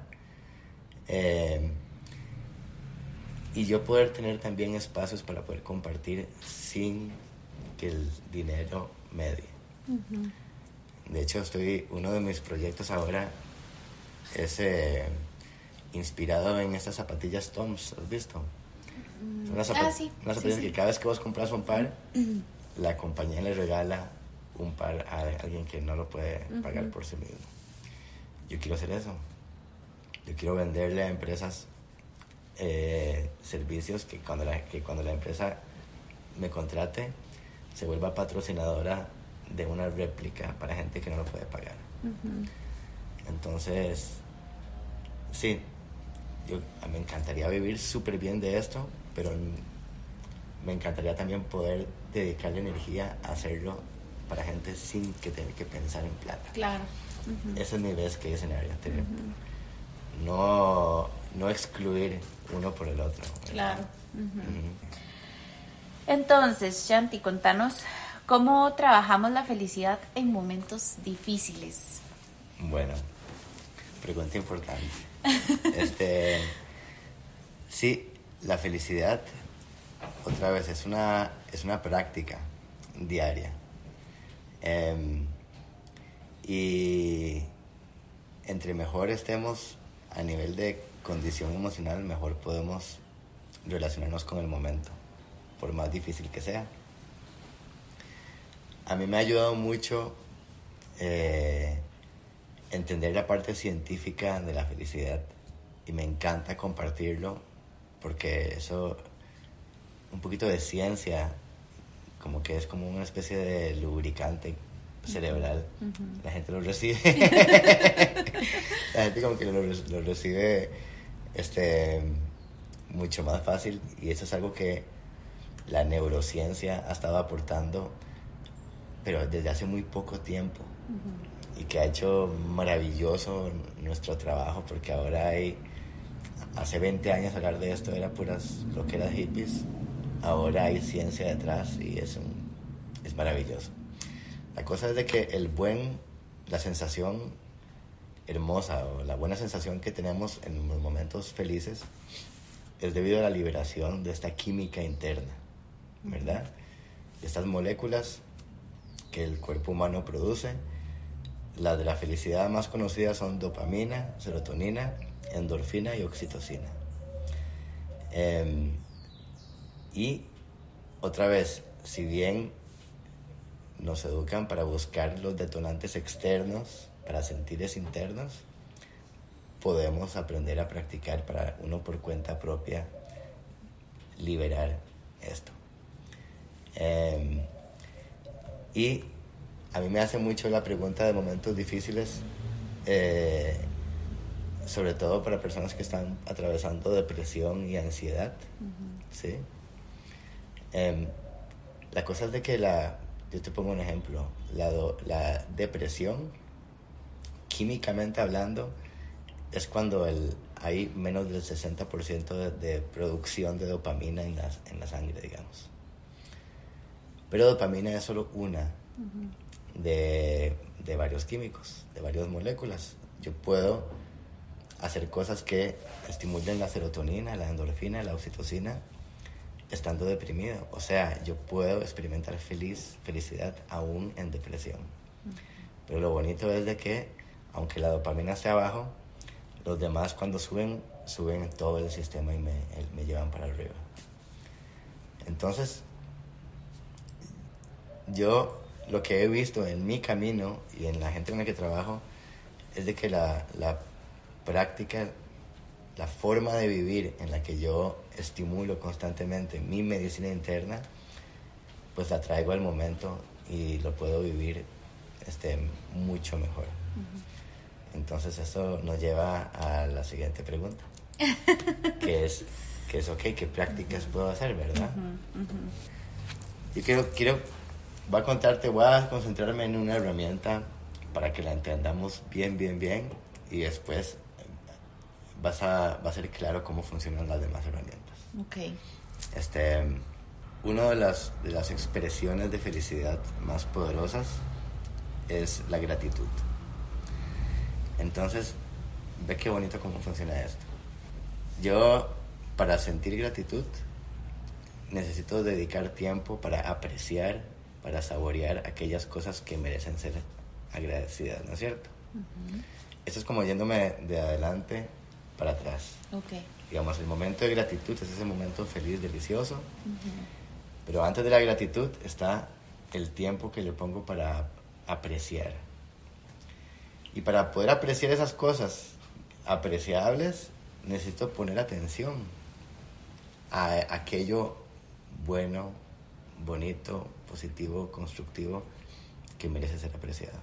Y yo poder tener también espacios para poder compartir sin que el dinero medie. De hecho, uno de mis proyectos ahora es inspirado en estas zapatillas Toms, ¿has visto? Unas zapatillas que cada vez que vos compras un par, la compañía le regala un par a alguien que no lo puede pagar por sí mismo. Yo quiero hacer eso. Yo quiero venderle a empresas servicios que cuando la empresa me contrate se vuelva patrocinadora de una réplica para gente que no lo puede pagar. Entonces, sí, me encantaría vivir súper bien de esto, pero me encantaría también poder dedicarle energía a hacerlo para gente sin que tener que pensar en plata. Claro. Ese es mi best case scenario. No excluir uno por el otro, ¿verdad? Claro. Entonces, Shanti, contanos cómo trabajamos la felicidad en momentos difíciles. Bueno, pregunta importante. Sí, la felicidad, otra vez, es una práctica diaria. Y entre mejor estemos a nivel de condición emocional, mejor podemos relacionarnos con el momento, por más difícil que sea. A mí me ha ayudado mucho entender la parte científica de la felicidad y me encanta compartirlo porque eso, un poquito de ciencia, como que es como una especie de lubricante cerebral. La gente lo recibe. La gente como que lo recibe mucho más fácil, y eso es algo que la neurociencia ha estado aportando, pero desde hace muy poco tiempo, y que ha hecho maravilloso nuestro trabajo, porque ahora hace 20 años hablar de esto era puras loqueras hippies, ahora hay ciencia detrás y es maravilloso. La cosa es de que la sensación hermosa o la buena sensación que tenemos en los momentos felices es debido a la liberación de esta química interna, ¿verdad? De estas moléculas que el cuerpo humano produce. Las de la felicidad más conocidas son dopamina, serotonina, endorfina y oxitocina. Y otra vez, si bien nos educan para buscar los detonantes externos, para sentires internos, podemos aprender a practicar para uno por cuenta propia liberar esto. Y a mí me hace mucho la pregunta de momentos difíciles, sobre todo para personas que están atravesando depresión y ansiedad, ¿sí? La cosa es de que yo te pongo un ejemplo, la depresión, químicamente hablando, es cuando hay menos del 60% de producción de dopamina en la sangre, digamos. Pero dopamina es solo una de varios químicos, de varias moléculas. Yo puedo hacer cosas que estimulen la serotonina, la endorfina, la oxitocina, estando deprimido. O sea, yo puedo experimentar felicidad aún en depresión. Pero lo bonito es de que, aunque la dopamina esté abajo, los demás cuando suben en todo el sistema y me llevan para arriba. Entonces, yo lo que he visto en mi camino y en la gente con la que trabajo es de que la práctica, la forma de vivir en la que yo estimulo constantemente mi medicina interna, pues la traigo al momento y lo puedo vivir mucho mejor. Entonces eso nos lleva a la siguiente pregunta, que es ok, ¿qué prácticas puedo hacer, verdad? Yo voy a concentrarme en una herramienta para que la entendamos bien, y después va a ser claro cómo funcionan las demás herramientas. Okay. Una de las expresiones de felicidad más poderosas es la gratitud. Entonces, ve qué bonito cómo funciona esto. Yo, para sentir gratitud, necesito dedicar tiempo para apreciar, para saborear aquellas cosas que merecen ser agradecidas, ¿no es cierto? Esto es como yéndome de adelante para atrás. Okay. Digamos, el momento de gratitud es ese momento feliz, delicioso, pero antes de la gratitud está el tiempo que le pongo para apreciar. Y para poder apreciar esas cosas apreciables, necesito poner atención a aquello bueno, bonito, positivo, constructivo que merece ser apreciado.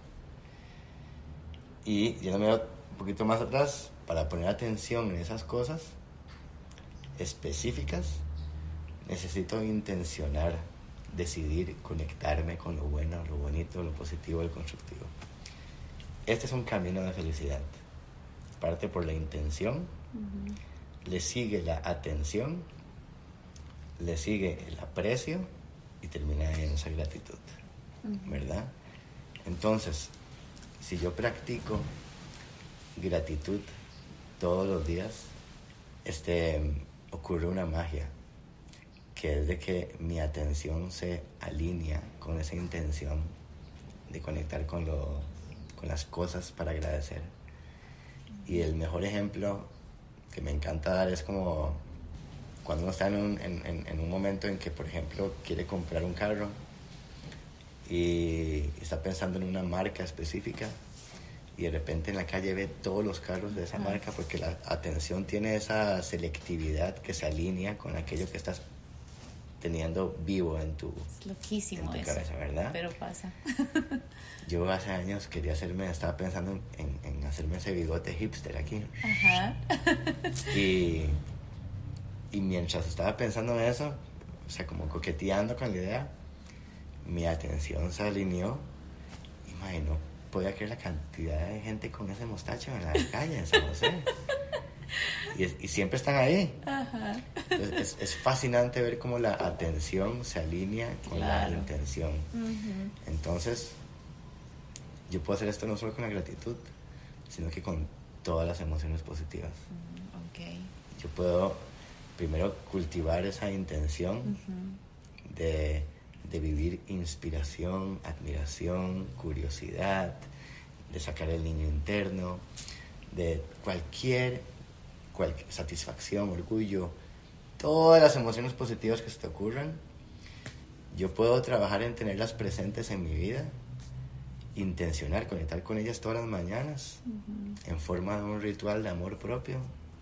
Y yéndome un poquito más atrás, para poner atención en esas cosas específicas, necesito intencionar, decidir conectarme con lo bueno, lo bonito, lo positivo, lo constructivo. Este es un camino de felicidad. Parte por la intención, le sigue la atención, le sigue el aprecio y termina en esa gratitud, ¿verdad? Entonces, si yo practico gratitud todos los días, ocurre una magia, que es de que mi atención se alinea con esa intención de conectar con las cosas para agradecer. Y el mejor ejemplo que me encanta dar es como cuando uno está en un momento en que, por ejemplo, quiere comprar un carro y está pensando en una marca específica y de repente en la calle ve todos los carros de esa marca, porque la atención tiene esa selectividad que se alinea con aquello que estás teniendo vivo en tu cabeza, ¿verdad? Pero pasa. Yo hace años estaba pensando en hacerme ese bigote hipster aquí. Y mientras estaba pensando en eso, o sea, como coqueteando con la idea, mi atención se alineó y no podía creer la cantidad de gente con ese mostacho en la calle en San José. Y siempre están ahí. Entonces, es fascinante ver cómo la atención se alinea con la intención. Entonces, yo puedo hacer esto no solo con la gratitud, sino que con todas las emociones positivas. Yo puedo primero cultivar esa intención de vivir inspiración, admiración, curiosidad, de sacar el niño interno, de cualquier satisfacción, orgullo, todas las emociones positivas que se te ocurran. Yo puedo trabajar en tenerlas presentes en mi vida, intencionar, conectar con ellas todas las mañanas, en forma de un ritual de amor propio,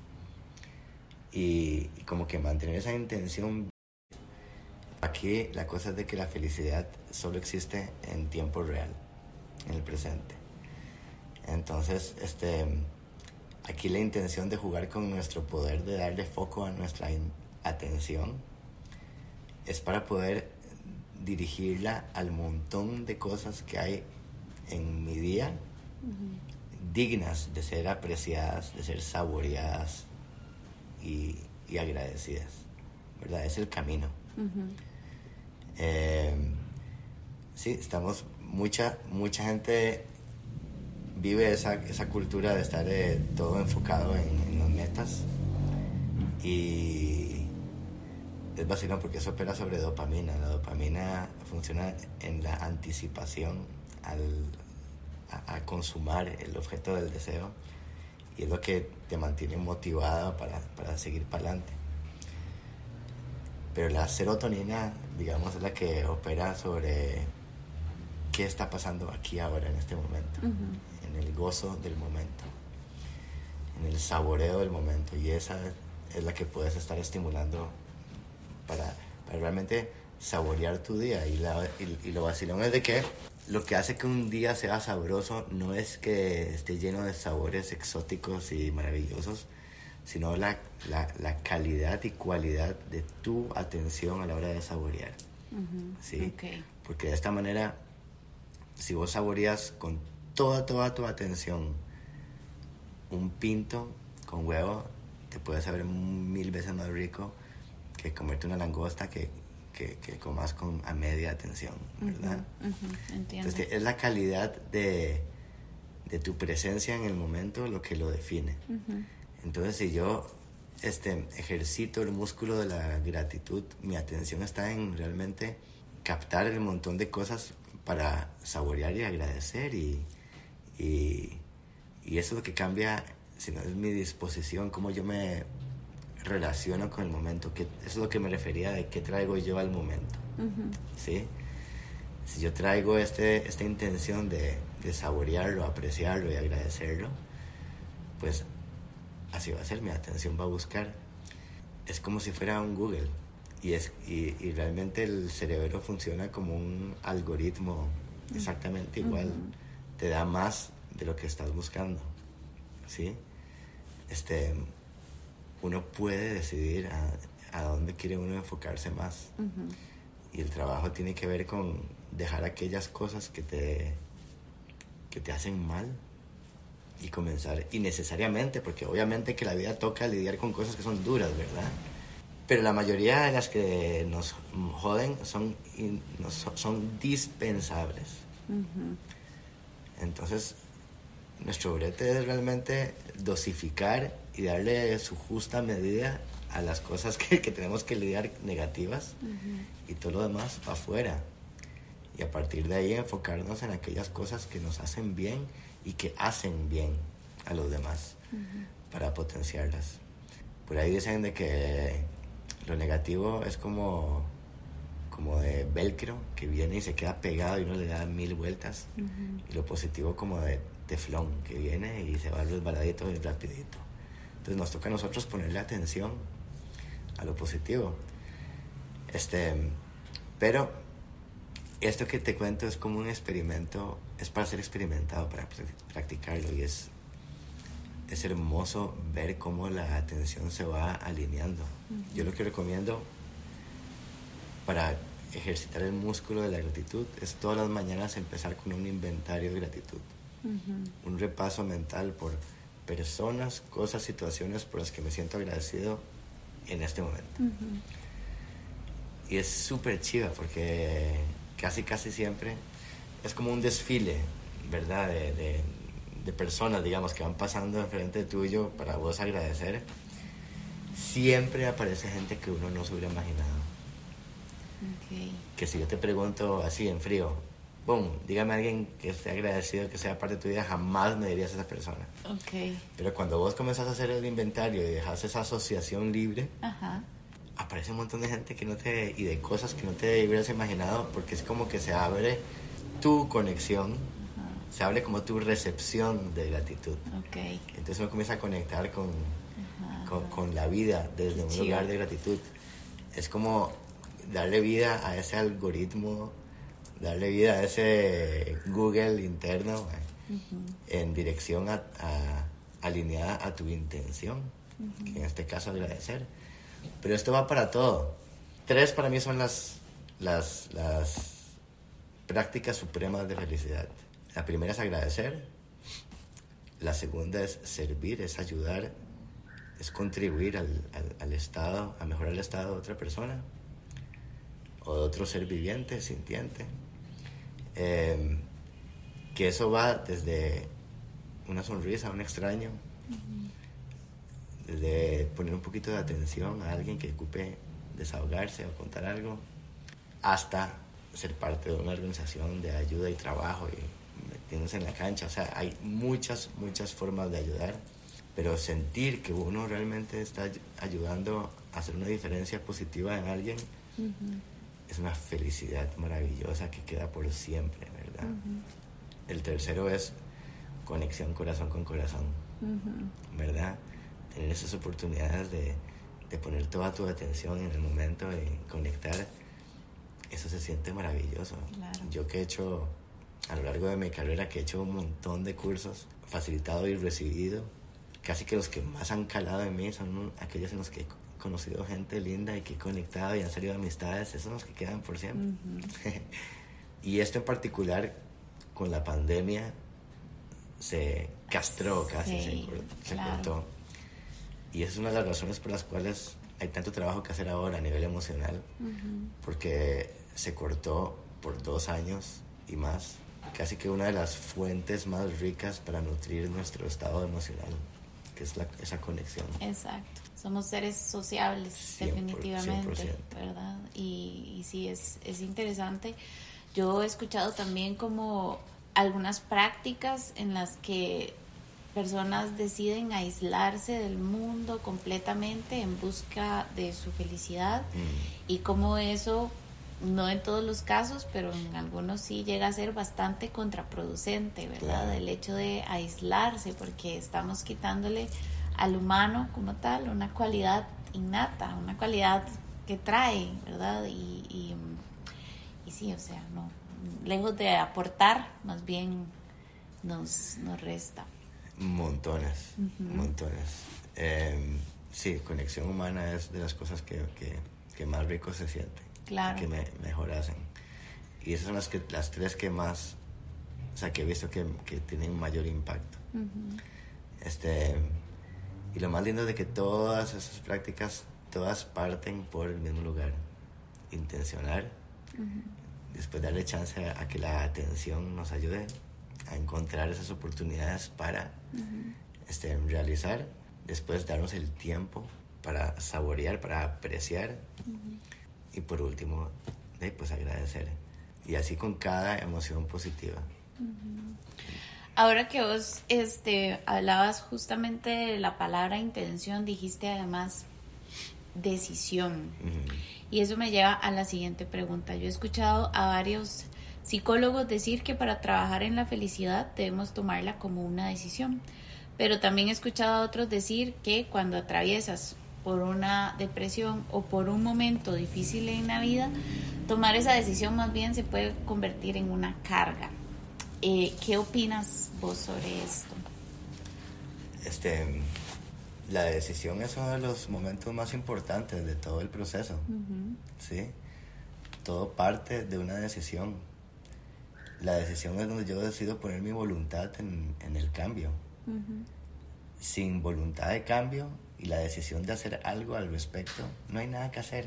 y como que mantener esa intención. Aquí la cosa es de que la felicidad solo existe en tiempo real, en el presente. Entonces, aquí la intención de jugar con nuestro poder de darle foco a nuestra atención es para poder dirigirla al montón de cosas que hay en mi día, dignas de ser apreciadas, de ser saboreadas y agradecidas, ¿verdad? Es el camino. Sí, estamos, mucha gente vive esa cultura de estar todo enfocado en las metas, y es vacilón porque eso opera sobre dopamina. La dopamina funciona en la anticipación a consumar el objeto del deseo, y es lo que te mantiene motivado para seguir para adelante. Pero la serotonina, digamos, es la que opera sobre qué está pasando aquí ahora en este momento, en el gozo del momento, en el saboreo del momento, y esa es la que puedes estar estimulando para realmente saborear tu día. Y lo vacilón es de que lo que hace que un día sea sabroso no es que esté lleno de sabores exóticos y maravillosos, sino la calidad y cualidad de tu atención a la hora de saborear. ¿Sí? Okay. Porque de esta manera, si vos saboreas con toda tu atención un pinto con huevo, te puede saber 1000 veces más rico que comerte una langosta que comas a media atención, ¿verdad? Entiendo. Entonces, es la calidad de tu presencia en el momento lo que lo define. Entonces, si yo ejercito el músculo de la gratitud, mi atención está en realmente captar el montón de cosas para saborear y agradecer, y eso es lo que cambia, si no es mi disposición, cómo yo me relaciono con el momento, que eso es lo que me refería de qué traigo yo al momento. ¿Sí? Si yo traigo esta intención de saborearlo, apreciarlo y agradecerlo, pues así va a ser, mi atención va a buscar. Es como si fuera un Google, y realmente el cerebro funciona como un algoritmo exactamente igual. Te da más de lo que estás buscando, ¿sí? Uno puede decidir a dónde quiere uno enfocarse más. Y el trabajo tiene que ver con dejar aquellas cosas que te hacen mal y comenzar, y necesariamente, porque obviamente que la vida toca lidiar con cosas que son duras, ¿verdad? Pero la mayoría de las que nos joden son dispensables. Entonces, nuestro brete es realmente dosificar y darle su justa medida a las cosas que tenemos que lidiar negativas, y todo lo demás para afuera. Y a partir de ahí enfocarnos en aquellas cosas que nos hacen bien y que hacen bien a los demás, para potenciarlas. Por ahí dicen de que lo negativo es como de velcro, que viene y se queda pegado y uno le da 1000 vueltas, y lo positivo como de teflón, que viene y se va resbaladito y rapidito. Entonces nos toca a nosotros ponerle atención a lo positivo. Pero esto que te cuento es como un experimento, es para ser experimentado, para practicarlo, y es hermoso ver cómo la atención se va alineando. Yo lo que recomiendo para ejercitar el músculo de la gratitud es todas las mañanas empezar con un inventario de gratitud. Un repaso mental por personas, cosas, situaciones por las que me siento agradecido en este momento. Y es súper chiva porque casi siempre es como un desfile, ¿verdad? De personas, digamos, que van pasando enfrente tuyo para vos agradecer. Siempre aparece gente que uno no se hubiera imaginado. Que si yo te pregunto así en frío, boom, dígame a alguien que esté agradecido, que sea parte de tu vida, jamás me dirías a esa persona. Pero cuando vos comenzás a hacer el inventario y dejas esa asociación libre, aparece un montón de gente y de cosas que no te hubieras imaginado, porque es como que se abre tu conexión, se abre como tu recepción de gratitud. Entonces uno comienza a conectar con la vida desde un lugar de gratitud. Es como darle vida a ese algoritmo, darle vida a ese Google interno, en dirección alineada a tu intención, que en este caso agradecer. Pero esto va para todo. 3 para mí son las prácticas supremas de felicidad. La primera es agradecer, la segunda es servir, es ayudar, es contribuir al estado, a mejorar el estado de otra persona o de otro ser viviente, sintiente. Que eso va desde una sonrisa a un extraño, desde poner un poquito de atención a alguien que ocupe desahogarse o contar algo, hasta ser parte de una organización de ayuda y trabajo y metiéndose en la cancha. O sea, hay muchas formas de ayudar, pero sentir que uno realmente está ayudando a hacer una diferencia positiva en alguien es una felicidad maravillosa que queda por siempre, ¿verdad? El tercero es conexión corazón con corazón, ¿verdad? Tener esas oportunidades de poner toda tu atención en el momento y conectar, eso se siente maravilloso. Claro. Yo que he hecho, a lo largo de mi carrera, que he hecho un montón de cursos, facilitado y recibido, casi que los que más han calado en mí son aquellos en los que he conocido gente linda y que he conectado y han salido amistades, esos son los que quedan por siempre. Y esto en particular, con la pandemia, se castró casi, sí, se claro. cortó. Y esa es una de las razones por las cuales hay tanto trabajo que hacer ahora a nivel emocional, porque se cortó por 2 años y más, casi que una de las fuentes más ricas para nutrir nuestro estado emocional, que es esa conexión. Exacto. Somos seres sociables, 100%, definitivamente, 100%. ¿verdad? Y sí, es interesante. Yo he escuchado también como algunas prácticas en las que personas deciden aislarse del mundo completamente en busca de su felicidad y como eso, no en todos los casos, pero en algunos sí llega a ser bastante contraproducente, ¿verdad? Claro. El hecho de aislarse, porque estamos quitándole al humano como tal una cualidad innata, una cualidad que trae, ¿verdad? Y sí, o sea, no, lejos de aportar, más bien nos resta. Montones. Sí, conexión humana es de las cosas que más rico se siente. Claro. Que mejor hacen. Y esas son las 3 que más, o sea, que he visto que tienen mayor impacto. Y lo más lindo es de que todas esas prácticas, todas parten por el mismo lugar. Intencionar. Después darle chance a que la atención nos ayude a encontrar esas oportunidades para realizar. Después darnos el tiempo para saborear, para apreciar. Y por último, pues agradecer. Y así con cada emoción positiva. Ahora que vos hablabas justamente de la palabra intención, dijiste además decisión. Y eso me lleva a la siguiente pregunta. Yo he escuchado a varios psicólogos decir que para trabajar en la felicidad debemos tomarla como una decisión. Pero también he escuchado a otros decir que cuando atraviesas por una depresión o por un momento difícil en la vida, tomar esa decisión más bien se puede convertir en una carga. ¿Qué opinas vos sobre esto? La decisión es uno de los momentos más importantes de todo el proceso. ¿Sí? Todo parte de una decisión. La decisión es donde yo decido poner mi voluntad en el cambio. Sin voluntad de cambio y la decisión de hacer algo al respecto, no hay nada que hacer.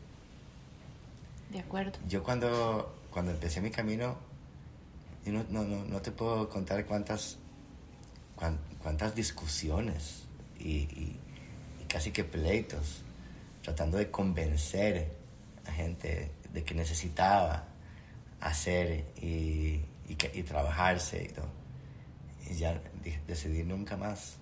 De acuerdo. Yo cuando empecé mi camino, yo no te puedo contar cuántas discusiones y casi que pleitos, tratando de convencer a gente de que necesitaba hacer y trabajarse y todo. Y ya decidí nunca más.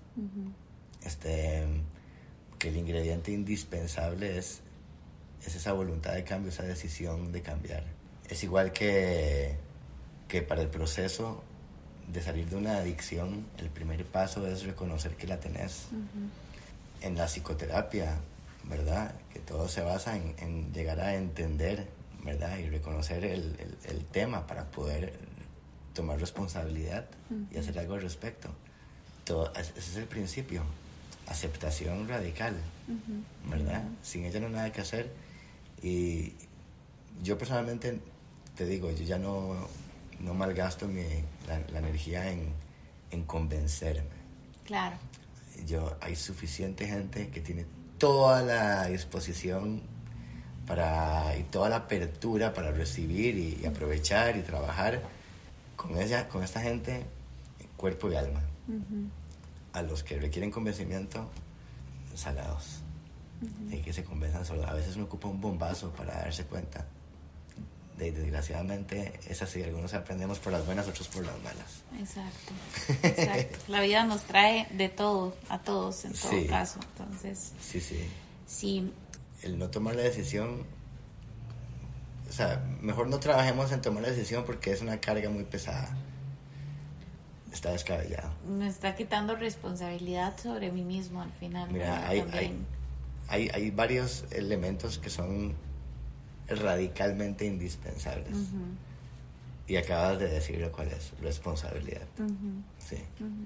Que el ingrediente indispensable es esa voluntad de cambio, esa decisión de cambiar. Es igual que para el proceso de salir de una adicción, el primer paso es reconocer que la tenés. En la psicoterapia, ¿verdad? Que todo se basa en llegar a entender, ¿verdad? Y reconocer el tema para poder tomar responsabilidad y hacer algo al respecto. Ese es el principio. Aceptación radical, ¿verdad? Sin ella no hay nada que hacer. Y yo personalmente te digo, yo ya no malgasto la energía en convencerme. Claro. Hay suficiente gente que tiene toda la disposición y toda la apertura para recibir y aprovechar y trabajar con esta gente, cuerpo y alma. A los que requieren convencimiento, salados. Y que se convenzan solos. A veces uno ocupa un bombazo para darse cuenta. Desgraciadamente, es así. Algunos aprendemos por las buenas, otros por las malas. Exacto. La vida nos trae de todo, a todos, en todo caso. Entonces, sí. El no tomar la decisión, o sea, mejor no trabajemos en tomar la decisión porque es una carga muy pesada. Está descabellado. Me está quitando responsabilidad sobre mí mismo al final. Mira, hay varios elementos que son radicalmente indispensables. Y acabas de decirlo cuál es: responsabilidad. Sí.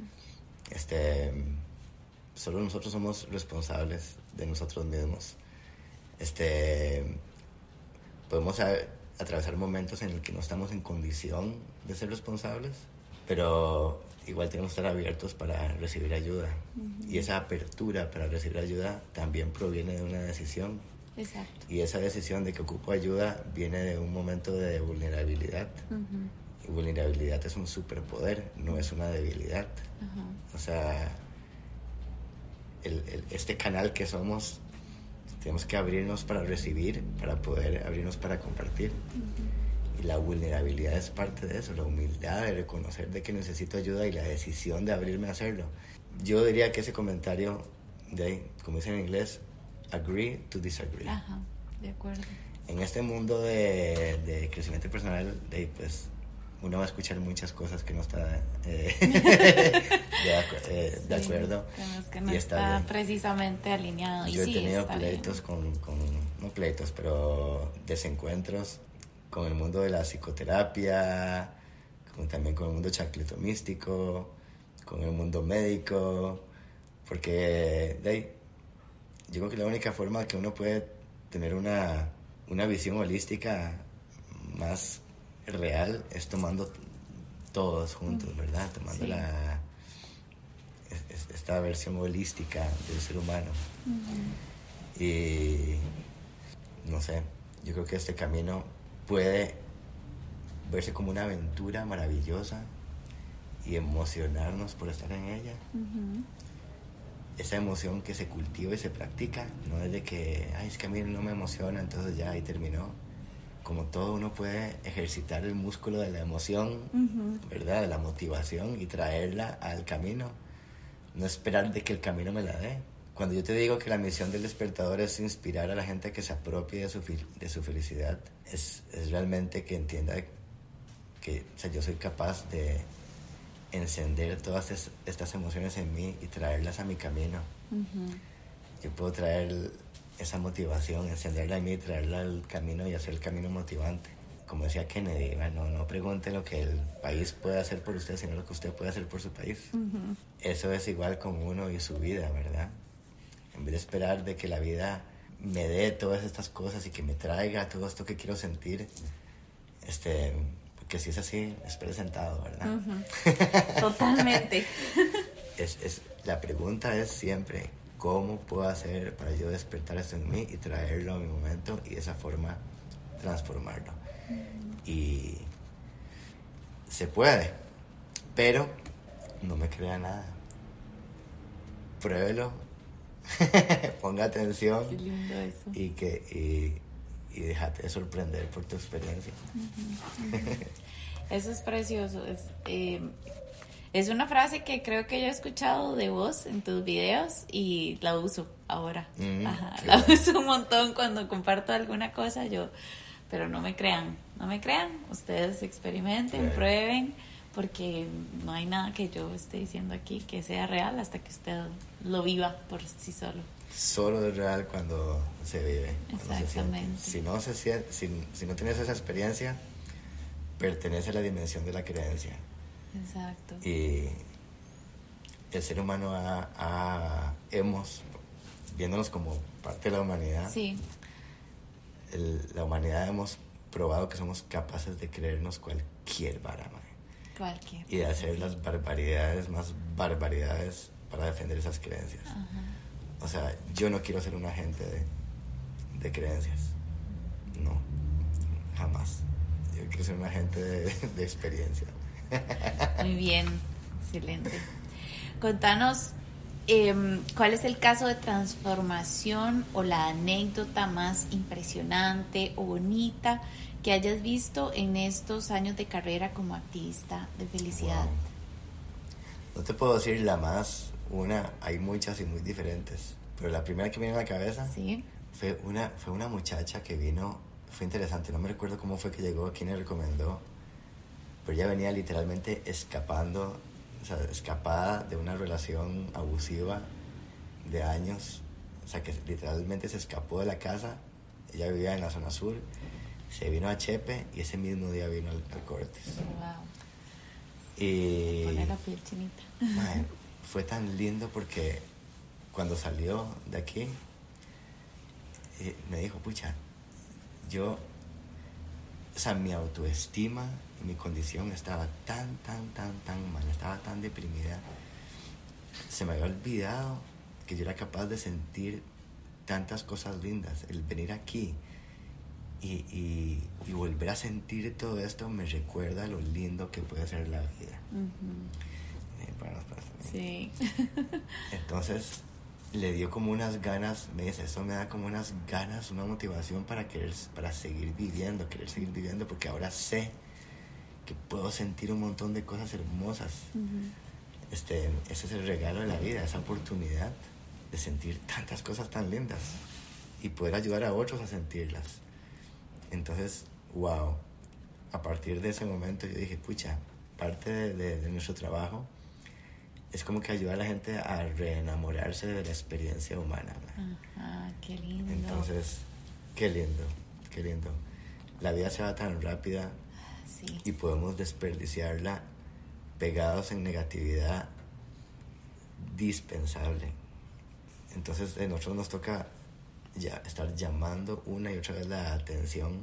Solo nosotros somos responsables de nosotros mismos. Podemos atravesar momentos en los que no estamos en condición de ser responsables, pero igual tenemos que estar abiertos para recibir ayuda. Y esa apertura para recibir ayuda también proviene de una decisión. Exacto. Y esa decisión de que ocupo ayuda viene de un momento de vulnerabilidad. Y vulnerabilidad es un superpoder, no es una debilidad. O sea, este canal que somos, tenemos que abrirnos para recibir, para poder abrirnos para compartir. Y la vulnerabilidad es parte de eso, la humildad de reconocer de que necesito ayuda y la decisión de abrirme a hacerlo. Yo diría que ese comentario como dicen en inglés, agree to disagree. De acuerdo. En este mundo de crecimiento personal, pues uno va a escuchar muchas cosas que no está de acuerdo. Que no está precisamente alineado. Yo he tenido pleitos no pleitos, pero desencuentros con el mundo de la psicoterapia, también con el mundo chancletomístico, con el mundo médico, porque yo creo que la única forma que uno puede tener una visión holística más real es tomando todos juntos, ¿verdad? Tomando esta versión holística del ser humano. Y no sé, yo creo que este camino puede verse como una aventura maravillosa y emocionarnos por estar en ella. Esa emoción que se cultiva y se practica, no es de que, es que a mí no me emociona, entonces ya ahí terminó. Como todo, uno puede ejercitar el músculo de la emoción, ¿verdad? De la motivación y traerla al camino. No esperar de que el camino me la dé. Cuando yo te digo que la misión del despertador es inspirar a la gente que se apropie de su felicidad, es realmente que entienda que yo soy capaz de encender todas estas emociones en mí y traerlas a mi camino. Yo puedo traer esa motivación, encenderla en mí, traerla al camino y hacer el camino motivante. Como decía Kennedy, no pregunte lo que el país puede hacer por usted, sino lo que usted puede hacer por su país. Eso es igual con uno y su vida, ¿verdad? En vez de esperar de que la vida me dé todas estas cosas y que me traiga todo esto que quiero sentir, porque si es así, espere sentado, ¿verdad? Totalmente. La pregunta es siempre, ¿cómo puedo hacer para yo despertar esto en mí y traerlo a mi momento y de esa forma transformarlo? Y se puede, pero no me crea nada. Pruébelo, ponga atención. Qué lindo eso. Y déjate de sorprender por tu experiencia. Eso es precioso. Es una frase que creo que yo he escuchado de vos en tus videos y la uso ahora. La uso un montón cuando comparto alguna cosa. Pero no me crean. Ustedes experimenten, prueben, porque no hay nada que yo esté diciendo aquí que sea real hasta que usted lo viva por sí solo. Solo es real cuando se vive. Exactamente. Si no tienes esa experiencia, pertenece a la dimensión de la creencia. Exacto. Y el ser humano hemos, viéndonos como parte de la humanidad, Sí. La humanidad hemos probado que somos capaces de creernos cualquier vara, mae. Cualquier. Y de hacer las barbaridades más barbaridades para defender esas creencias. Ajá. O sea, yo no quiero ser un agente de creencias. No, jamás. Yo quiero ser un agente de experiencia. Muy bien, excelente. Contanos, ¿cuál es el caso de transformación o la anécdota más impresionante o bonita que hayas visto en estos años de carrera como activista de felicidad? Wow. No te puedo decir la más, hay muchas y muy diferentes, pero la primera que me viene a la cabeza Sí. fue una muchacha que vino, fue interesante, no me recuerdo cómo fue que llegó, quién le recomendó, pero ella venía literalmente escapando, o sea, escapada de una relación abusiva de años, o sea, que literalmente se escapó de la casa. Ella vivía en la zona sur, se vino a Chepe y ese mismo día vino al Cortes. Wow. Y Pone la piel chinita. mae, fue tan lindo porque cuando salió de aquí me dijo, pucha, o sea, mi autoestima y mi condición estaba tan mal, estaba tan deprimida, se me había olvidado que yo era capaz de sentir tantas cosas lindas. El venir aquí y volver a sentir todo esto me recuerda lo lindo que puede ser la vida. Sí. Entonces le dio como unas ganas, me dice, eso me da como unas ganas, una motivación para seguir viviendo, porque ahora sé que puedo sentir un montón de cosas hermosas. Ese es el regalo de la vida, esa oportunidad de sentir tantas cosas tan lindas y poder ayudar a otros a sentirlas. Entonces, wow, a partir de ese momento yo dije, pucha, parte de nuestro trabajo es como que ayudar a la gente a reenamorarse de la experiencia humana, ¿no? Ajá, qué lindo. Entonces, qué lindo. La vida se va tan rápida. Sí. Y podemos desperdiciarla pegados en negatividad dispensable. Entonces, a nosotros nos toca ya estar llamando una y otra vez la atención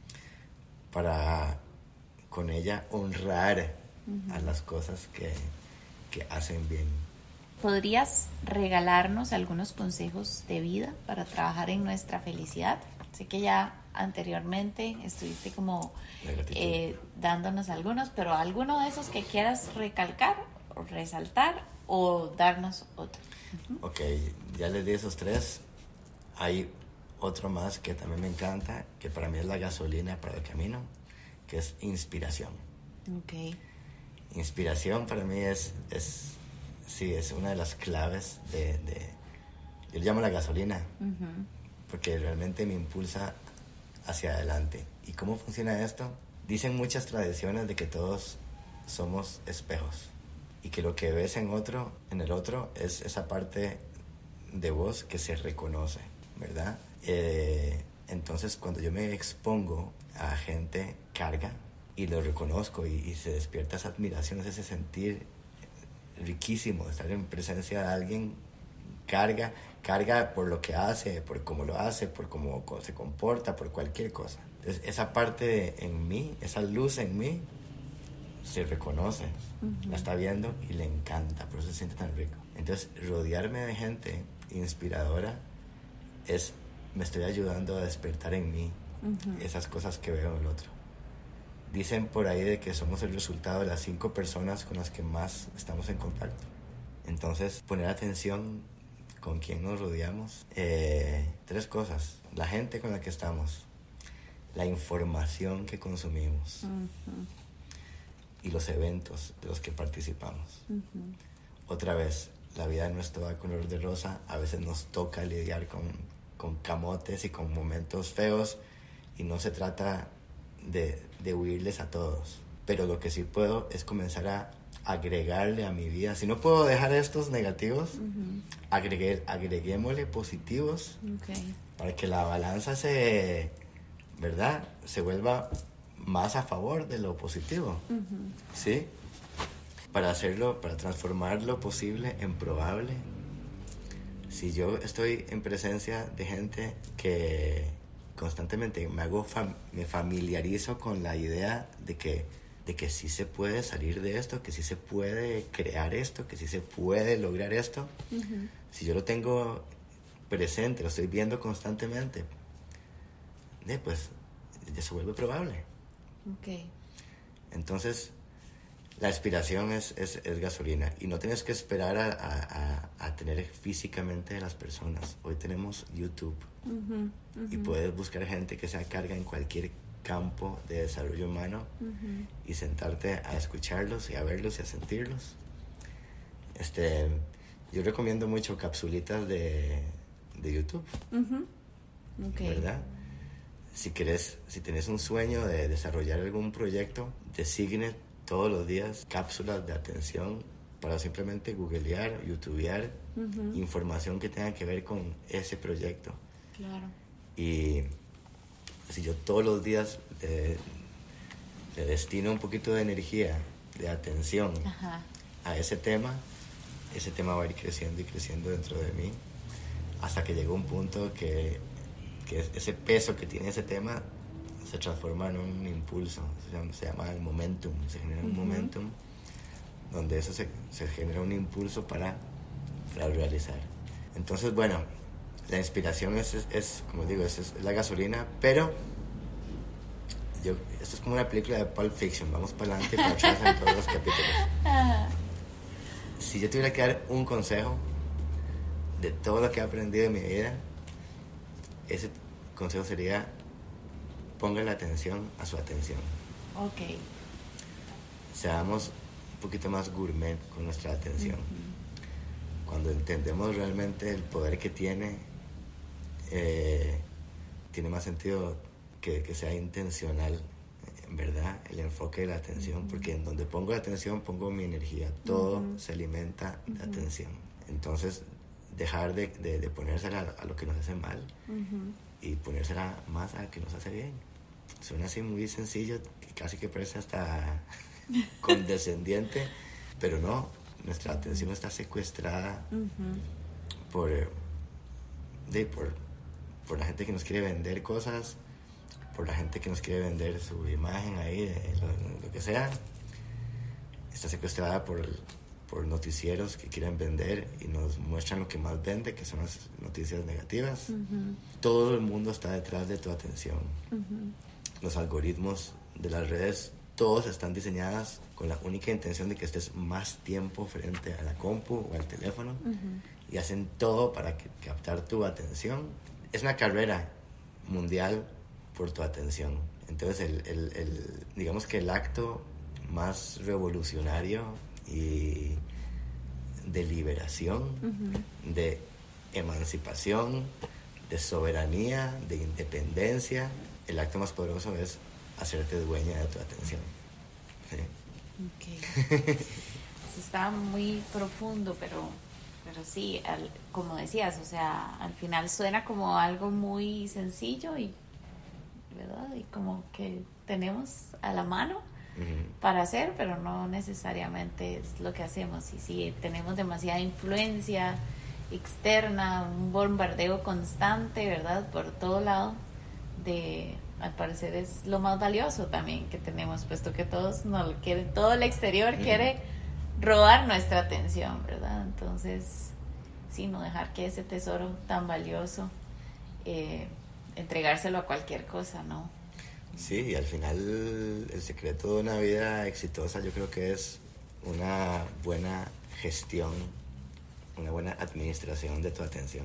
para con ella honrar a las cosas que hacen bien. ¿Podrías regalarnos algunos consejos de vida para trabajar en nuestra felicidad? Sé que ya anteriormente estuviste como dándonos algunos, pero alguno de esos que quieras recalcar o resaltar o darnos otro. Ok, ya les di esos 3. Hay otro más que también me encanta, que para mí es la gasolina para el camino, que es inspiración. Ok. Inspiración para mí es una de las claves yo le llamo la gasolina, porque realmente me impulsa hacia adelante. ¿Y cómo funciona esto? Dicen muchas tradiciones de que todos somos espejos y que lo que ves en el otro es esa parte de vos que se reconoce, ¿verdad? Entonces cuando yo me expongo a gente carga y lo reconozco y se despierta esa admiración, ese sentir riquísimo de estar en presencia de alguien, carga por lo que hace, por cómo lo hace, por cómo se comporta, por cualquier cosa. Entonces esa parte en mí, esa luz en mí se reconoce, la está viendo y le encanta, por eso se siente tan rico. Entonces rodearme de gente inspiradora me estoy ayudando a despertar en mí esas cosas que veo en el otro. Dicen por ahí de que somos el resultado de las 5 personas con las que más estamos en contacto. Entonces, poner atención con quién nos rodeamos. 3 cosas. La gente con la que estamos, la información que consumimos y los eventos de los que participamos. Otra vez, la vida no es toda color de rosa. A veces nos toca lidiar con camotes y con momentos feos y no se trata de huirles a todos, pero lo que sí puedo es comenzar a agregarle a mi vida. Si no puedo dejar estos negativos, agreguémosle positivos, para que la balanza se vuelva más a favor de lo positivo, ¿sí? Para transformar lo posible en probable. Si yo estoy en presencia de gente que constantemente me familiarizo con la idea de que sí se puede salir de esto, que sí se puede crear esto, que sí se puede lograr esto. Si yo lo tengo presente, lo estoy viendo constantemente, pues ya se vuelve probable. Okay. Entonces, la inspiración es gasolina, y no tienes que esperar a tener físicamente a las personas. Hoy tenemos YouTube y puedes buscar gente que se carga en cualquier campo de desarrollo humano y sentarte a escucharlos y a verlos y a sentirlos. Yo recomiendo mucho capsulitas de YouTube, Okay. ¿verdad? Si tenés un sueño de desarrollar algún proyecto, designe todos los días cápsulas de atención para simplemente googlear, youtubear información que tenga que ver con ese proyecto. Claro. Y si yo todos los días le destino un poquito de energía, de atención a ese tema va a ir creciendo y creciendo dentro de mí, hasta que llega un punto que ese peso que tiene ese tema se transforma en un impulso. Se llama el momentum. Se genera un momentum donde eso se genera un impulso para realizar. Entonces, bueno, la inspiración es como digo, es la gasolina, pero esto es como una película de Pulp Fiction. Vamos para adelante y para atrás en todos los capítulos. Si yo tuviera que dar un consejo de todo lo que he aprendido en mi vida, ese consejo sería: ponga la atención a su atención. Okay. Seamos un poquito más gourmet con nuestra atención. Cuando entendemos realmente el poder que tiene más sentido que sea intencional, en verdad, el enfoque de la atención, porque en donde pongo la atención pongo mi energía. Todo se alimenta de atención. Entonces, dejar de ponérsela a lo que nos hace mal y ponérsela más a lo que nos hace bien. Suena así muy sencillo, casi que parece hasta condescendiente, pero no, nuestra atención está secuestrada por la gente que nos quiere vender cosas, por la gente que nos quiere vender su imagen ahí, lo que sea. Está secuestrada por noticieros que quieren vender y nos muestran lo que más vende, que son las noticias negativas. Todo el mundo está detrás de tu atención. Los algoritmos de las redes, todos están diseñadas con la única intención de que estés más tiempo frente a la compu o al teléfono, y hacen todo para captar tu atención. Es una carrera mundial por tu atención. Entonces digamos que el acto más revolucionario y de liberación, de emancipación, de soberanía, de independencia, el acto más poderoso es hacerte dueña de tu atención. ¿Sí? Okay. Eso está muy profundo, pero sí, como decías, o sea, al final suena como algo muy sencillo ¿verdad? Y como que tenemos a la mano para hacer, pero no necesariamente es lo que hacemos. Y sí, tenemos demasiada influencia externa, un bombardeo constante, ¿verdad? Por todo lado, al parecer es lo más valioso también que tenemos, puesto que todo el exterior quiere robar nuestra atención, ¿verdad? Entonces, sí, no dejar que ese tesoro tan valioso, entregárselo a cualquier cosa, ¿no? Sí, y al final el secreto de una vida exitosa yo creo que es una buena gestión, una buena administración de tu atención.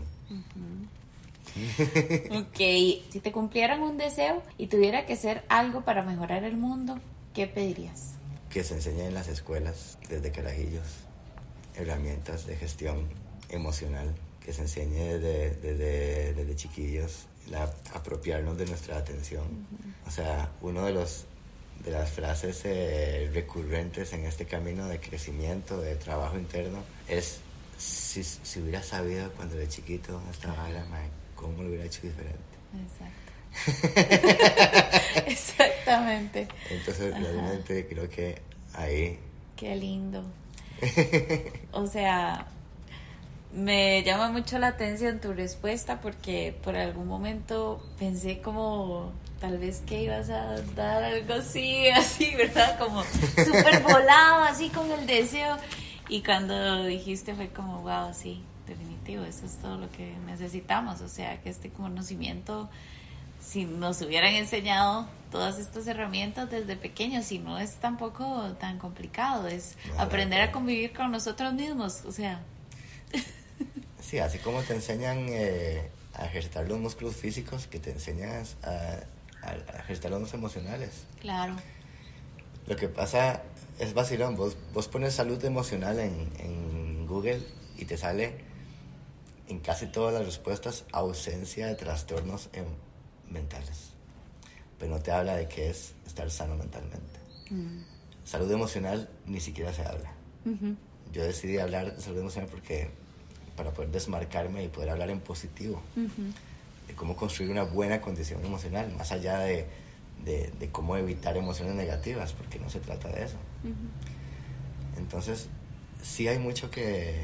Ok, si te cumplieran un deseo y tuviera que hacer algo para mejorar el mundo, ¿qué pedirías? Que se enseñe en las escuelas desde carajillos herramientas de gestión emocional, que se enseñe desde chiquillos apropiarnos de nuestra atención. O sea, uno de las frases recurrentes en este camino de crecimiento, de trabajo interno, es: si hubiera sabido cuando era chiquito esta vaina, ¿cómo lo hubiera hecho diferente? Exacto. Exactamente. Entonces, realmente creo que ahí... Qué lindo. O sea, me llama mucho la atención tu respuesta porque por algún momento pensé como tal vez que ibas a dar algo así, ¿verdad? Como súper volado, así con el deseo. Y cuando dijiste fue como, wow, sí, definitivo, eso es todo lo que necesitamos. O sea, que este conocimiento, si nos hubieran enseñado todas estas herramientas desde pequeños, si no es tampoco tan complicado, es aprender a convivir con nosotros mismos, o sea. Sí, así como te enseñan a ejercitar los músculos físicos, que te enseñan a ejercitar los emocionales. Claro. Lo que pasa es vacilón, vos pones salud emocional en Google y te sale en casi todas las respuestas ausencia de trastornos mentales. Pero no te habla de qué es estar sano mentalmente. Salud emocional ni siquiera se habla. Yo decidí hablar de salud emocional para poder desmarcarme y poder hablar en positivo de cómo construir una buena condición emocional, más allá de cómo evitar emociones negativas, porque no se trata de eso. Entonces, sí hay mucho que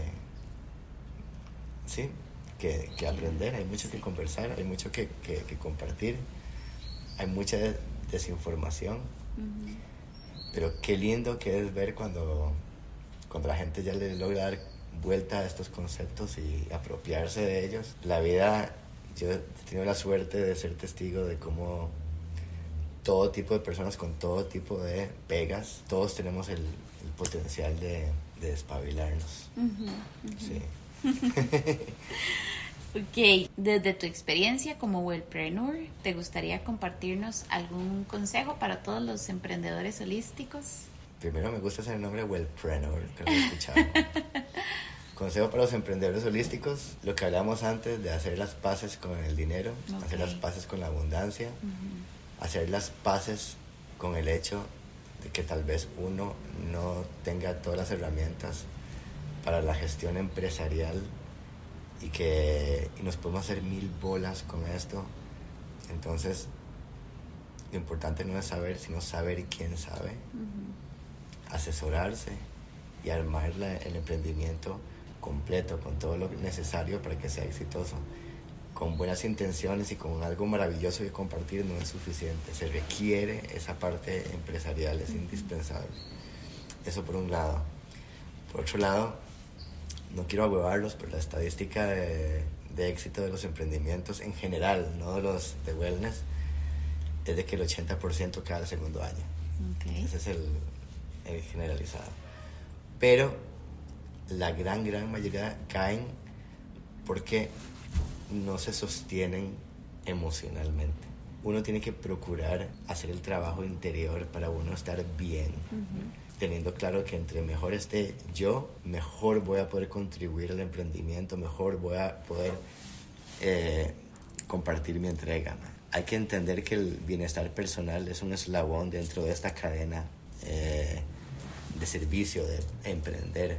aprender, hay mucho que conversar, hay mucho que compartir, hay mucha desinformación, pero qué lindo que es ver cuando la gente ya le logra dar vuelta a estos conceptos y apropiarse de ellos. La vida, yo he tenido la suerte de ser testigo de cómo todo tipo de personas con todo tipo de pegas, todos tenemos el potencial de despabilarnos. Sí. Ok, desde tu experiencia como wellpreneur, ¿te gustaría compartirnos algún consejo para todos los emprendedores holísticos? Primero me gusta ese nombre wellpreneur, que lo he escuchado. Consejo para los emprendedores holísticos, lo que hablamos antes de hacer las paces con el dinero, hacer las paces con la abundancia, hacer las paces con el hecho de que tal vez uno no tenga todas las herramientas para la gestión empresarial y nos podemos hacer 1000 bolas con esto. Entonces, lo importante no es saber, sino saber quién sabe, asesorarse y armar el emprendimiento completo con todo lo necesario para que sea exitoso. Con buenas intenciones y con algo maravilloso que compartir no es suficiente, se requiere esa parte empresarial, es indispensable. Eso por un lado. Por otro lado, no quiero ahuevarlos, pero la estadística de éxito de los emprendimientos en general, no de los de wellness, es de que el 80% cada segundo año. Ese es el generalizado. Pero la gran mayoría caen porque no se sostienen emocionalmente. Uno tiene que procurar hacer el trabajo interior para uno estar bien, teniendo claro que entre mejor esté yo, mejor voy a poder contribuir al emprendimiento, mejor voy a poder compartir mi entrega. Hay que entender que el bienestar personal es un eslabón dentro de esta cadena de servicio, de emprender.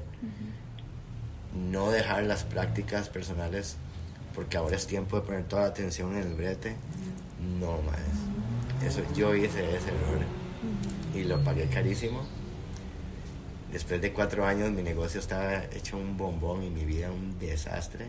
No dejar las prácticas personales porque ahora es tiempo de poner toda la atención en el brete. No más. Eso, yo hice ese error y lo pagué carísimo. Después de 4 años mi negocio estaba hecho un bombón y mi vida un desastre.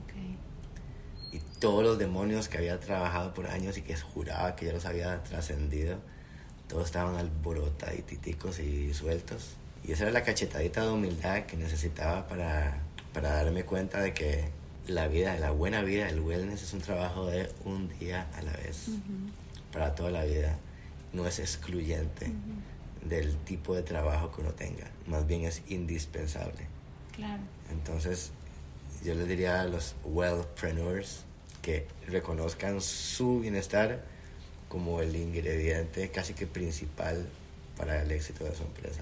Y todos los demonios que había trabajado por años y que juraba que ya los había trascendido, todos estaban alborotaditicos y sueltos. Y esa era la cachetadita de humildad que necesitaba para darme cuenta de que la vida, la buena vida, el wellness es un trabajo de un día a la vez, para toda la vida. No es excluyente del tipo de trabajo que uno tenga, más bien es indispensable. Claro. Entonces, yo les diría a los wellpreneurs que reconozcan su bienestar como el ingrediente casi que principal para el éxito de su empresa.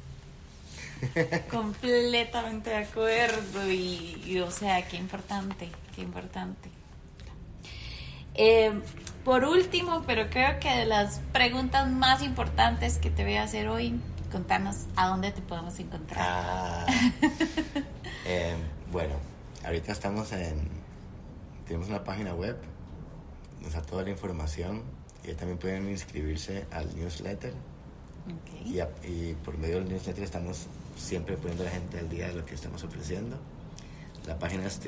Completamente de acuerdo y o sea, qué importante. Por último, pero creo que de las preguntas más importantes que te voy a hacer hoy, contanos a dónde te podemos encontrar. Bueno, ahorita tenemos una página web, nos da toda la información, Y también pueden inscribirse al newsletter. Okay. Y por medio del newsletter estamos siempre poniendo a la gente al día de lo que estamos ofreciendo. La página es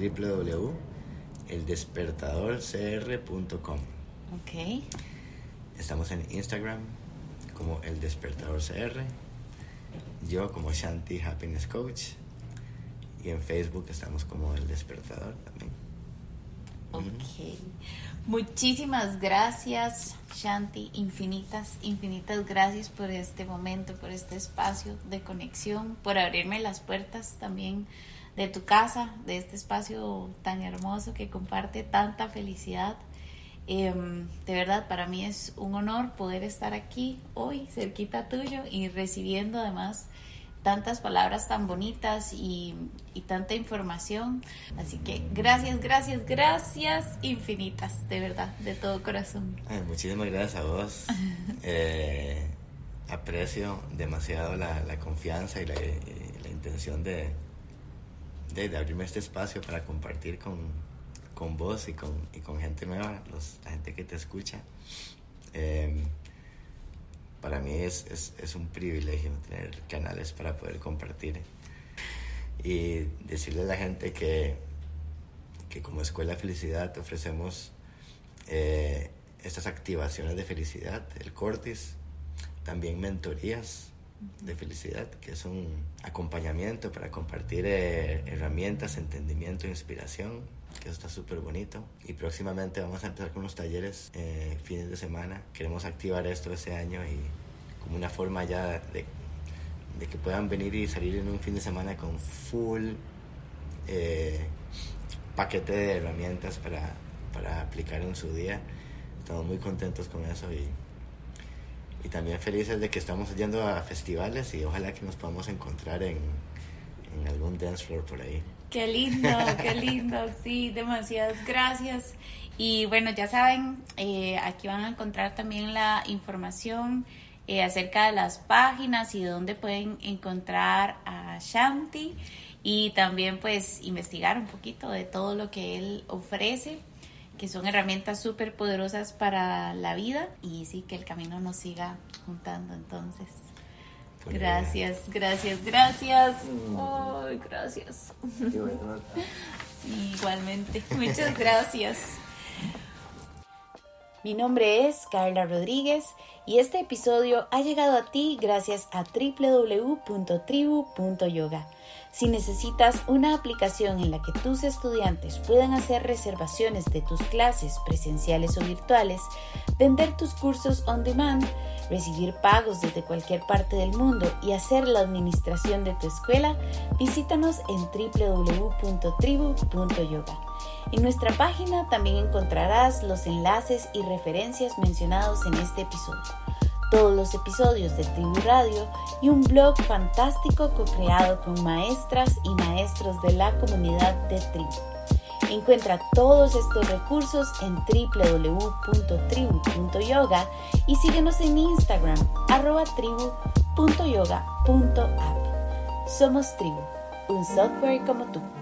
www.eldespertadorcr.com. Okay. Estamos en Instagram como El Despertador CR, yo como Shanti Happiness Coach, y en Facebook estamos como El Despertador también. Ok. Muchísimas gracias, Shanti, infinitas gracias por este momento, por este espacio de conexión, por abrirme las puertas también de tu casa, de este espacio tan hermoso que comparte tanta felicidad. De verdad, para mí es un honor poder estar aquí hoy, cerquita tuyo, y recibiendo además tantas palabras tan bonitas y tanta información. Así que gracias infinitas, de verdad, de todo corazón. Muchísimas gracias a vos. Aprecio demasiado la confianza y la intención de abrirme este espacio para compartir con vos y con gente nueva, la gente que te escucha. Para mí es un privilegio tener canales para poder compartir y decirle a la gente que como Escuela de Felicidad ofrecemos estas activaciones de felicidad, el Cortis, también mentorías de felicidad, que es un acompañamiento para compartir herramientas, entendimiento e inspiración, que eso está súper bonito. Y próximamente vamos a empezar con unos talleres fines de semana. Queremos activar esto ese año y como una forma ya de que puedan venir y salir en un fin de semana con full paquete de herramientas para aplicar en su día. Estamos muy contentos con eso y también felices de que estamos yendo a festivales y ojalá que nos podamos encontrar en algún dance floor por ahí. Qué lindo, sí, demasiadas gracias. Y bueno, ya saben, aquí van a encontrar también la información acerca de las páginas y de dónde pueden encontrar a Shanti, y también pues investigar un poquito de todo lo que él ofrece, que son herramientas súper poderosas para la vida, y sí, que el camino nos siga juntando. Entonces, gracias. Oh, gracias. Qué bueno. Sí, igualmente. Muchas gracias. Mi nombre es Carla Rodríguez y este episodio ha llegado a ti gracias a www.tribu.yoga. Si necesitas una aplicación en la que tus estudiantes puedan hacer reservaciones de tus clases presenciales o virtuales, vender tus cursos on demand, recibir pagos desde cualquier parte del mundo y hacer la administración de tu escuela, visítanos en www.tribu.yoga. En nuestra página también encontrarás los enlaces y referencias mencionados en este episodio, todos los episodios de Tribu Radio y un blog fantástico co-creado con maestras y maestros de la comunidad de Tribu. Encuentra todos estos recursos en www.tribu.yoga y síguenos en Instagram @tribu.yoga.app. Somos Tribu, un software como tú.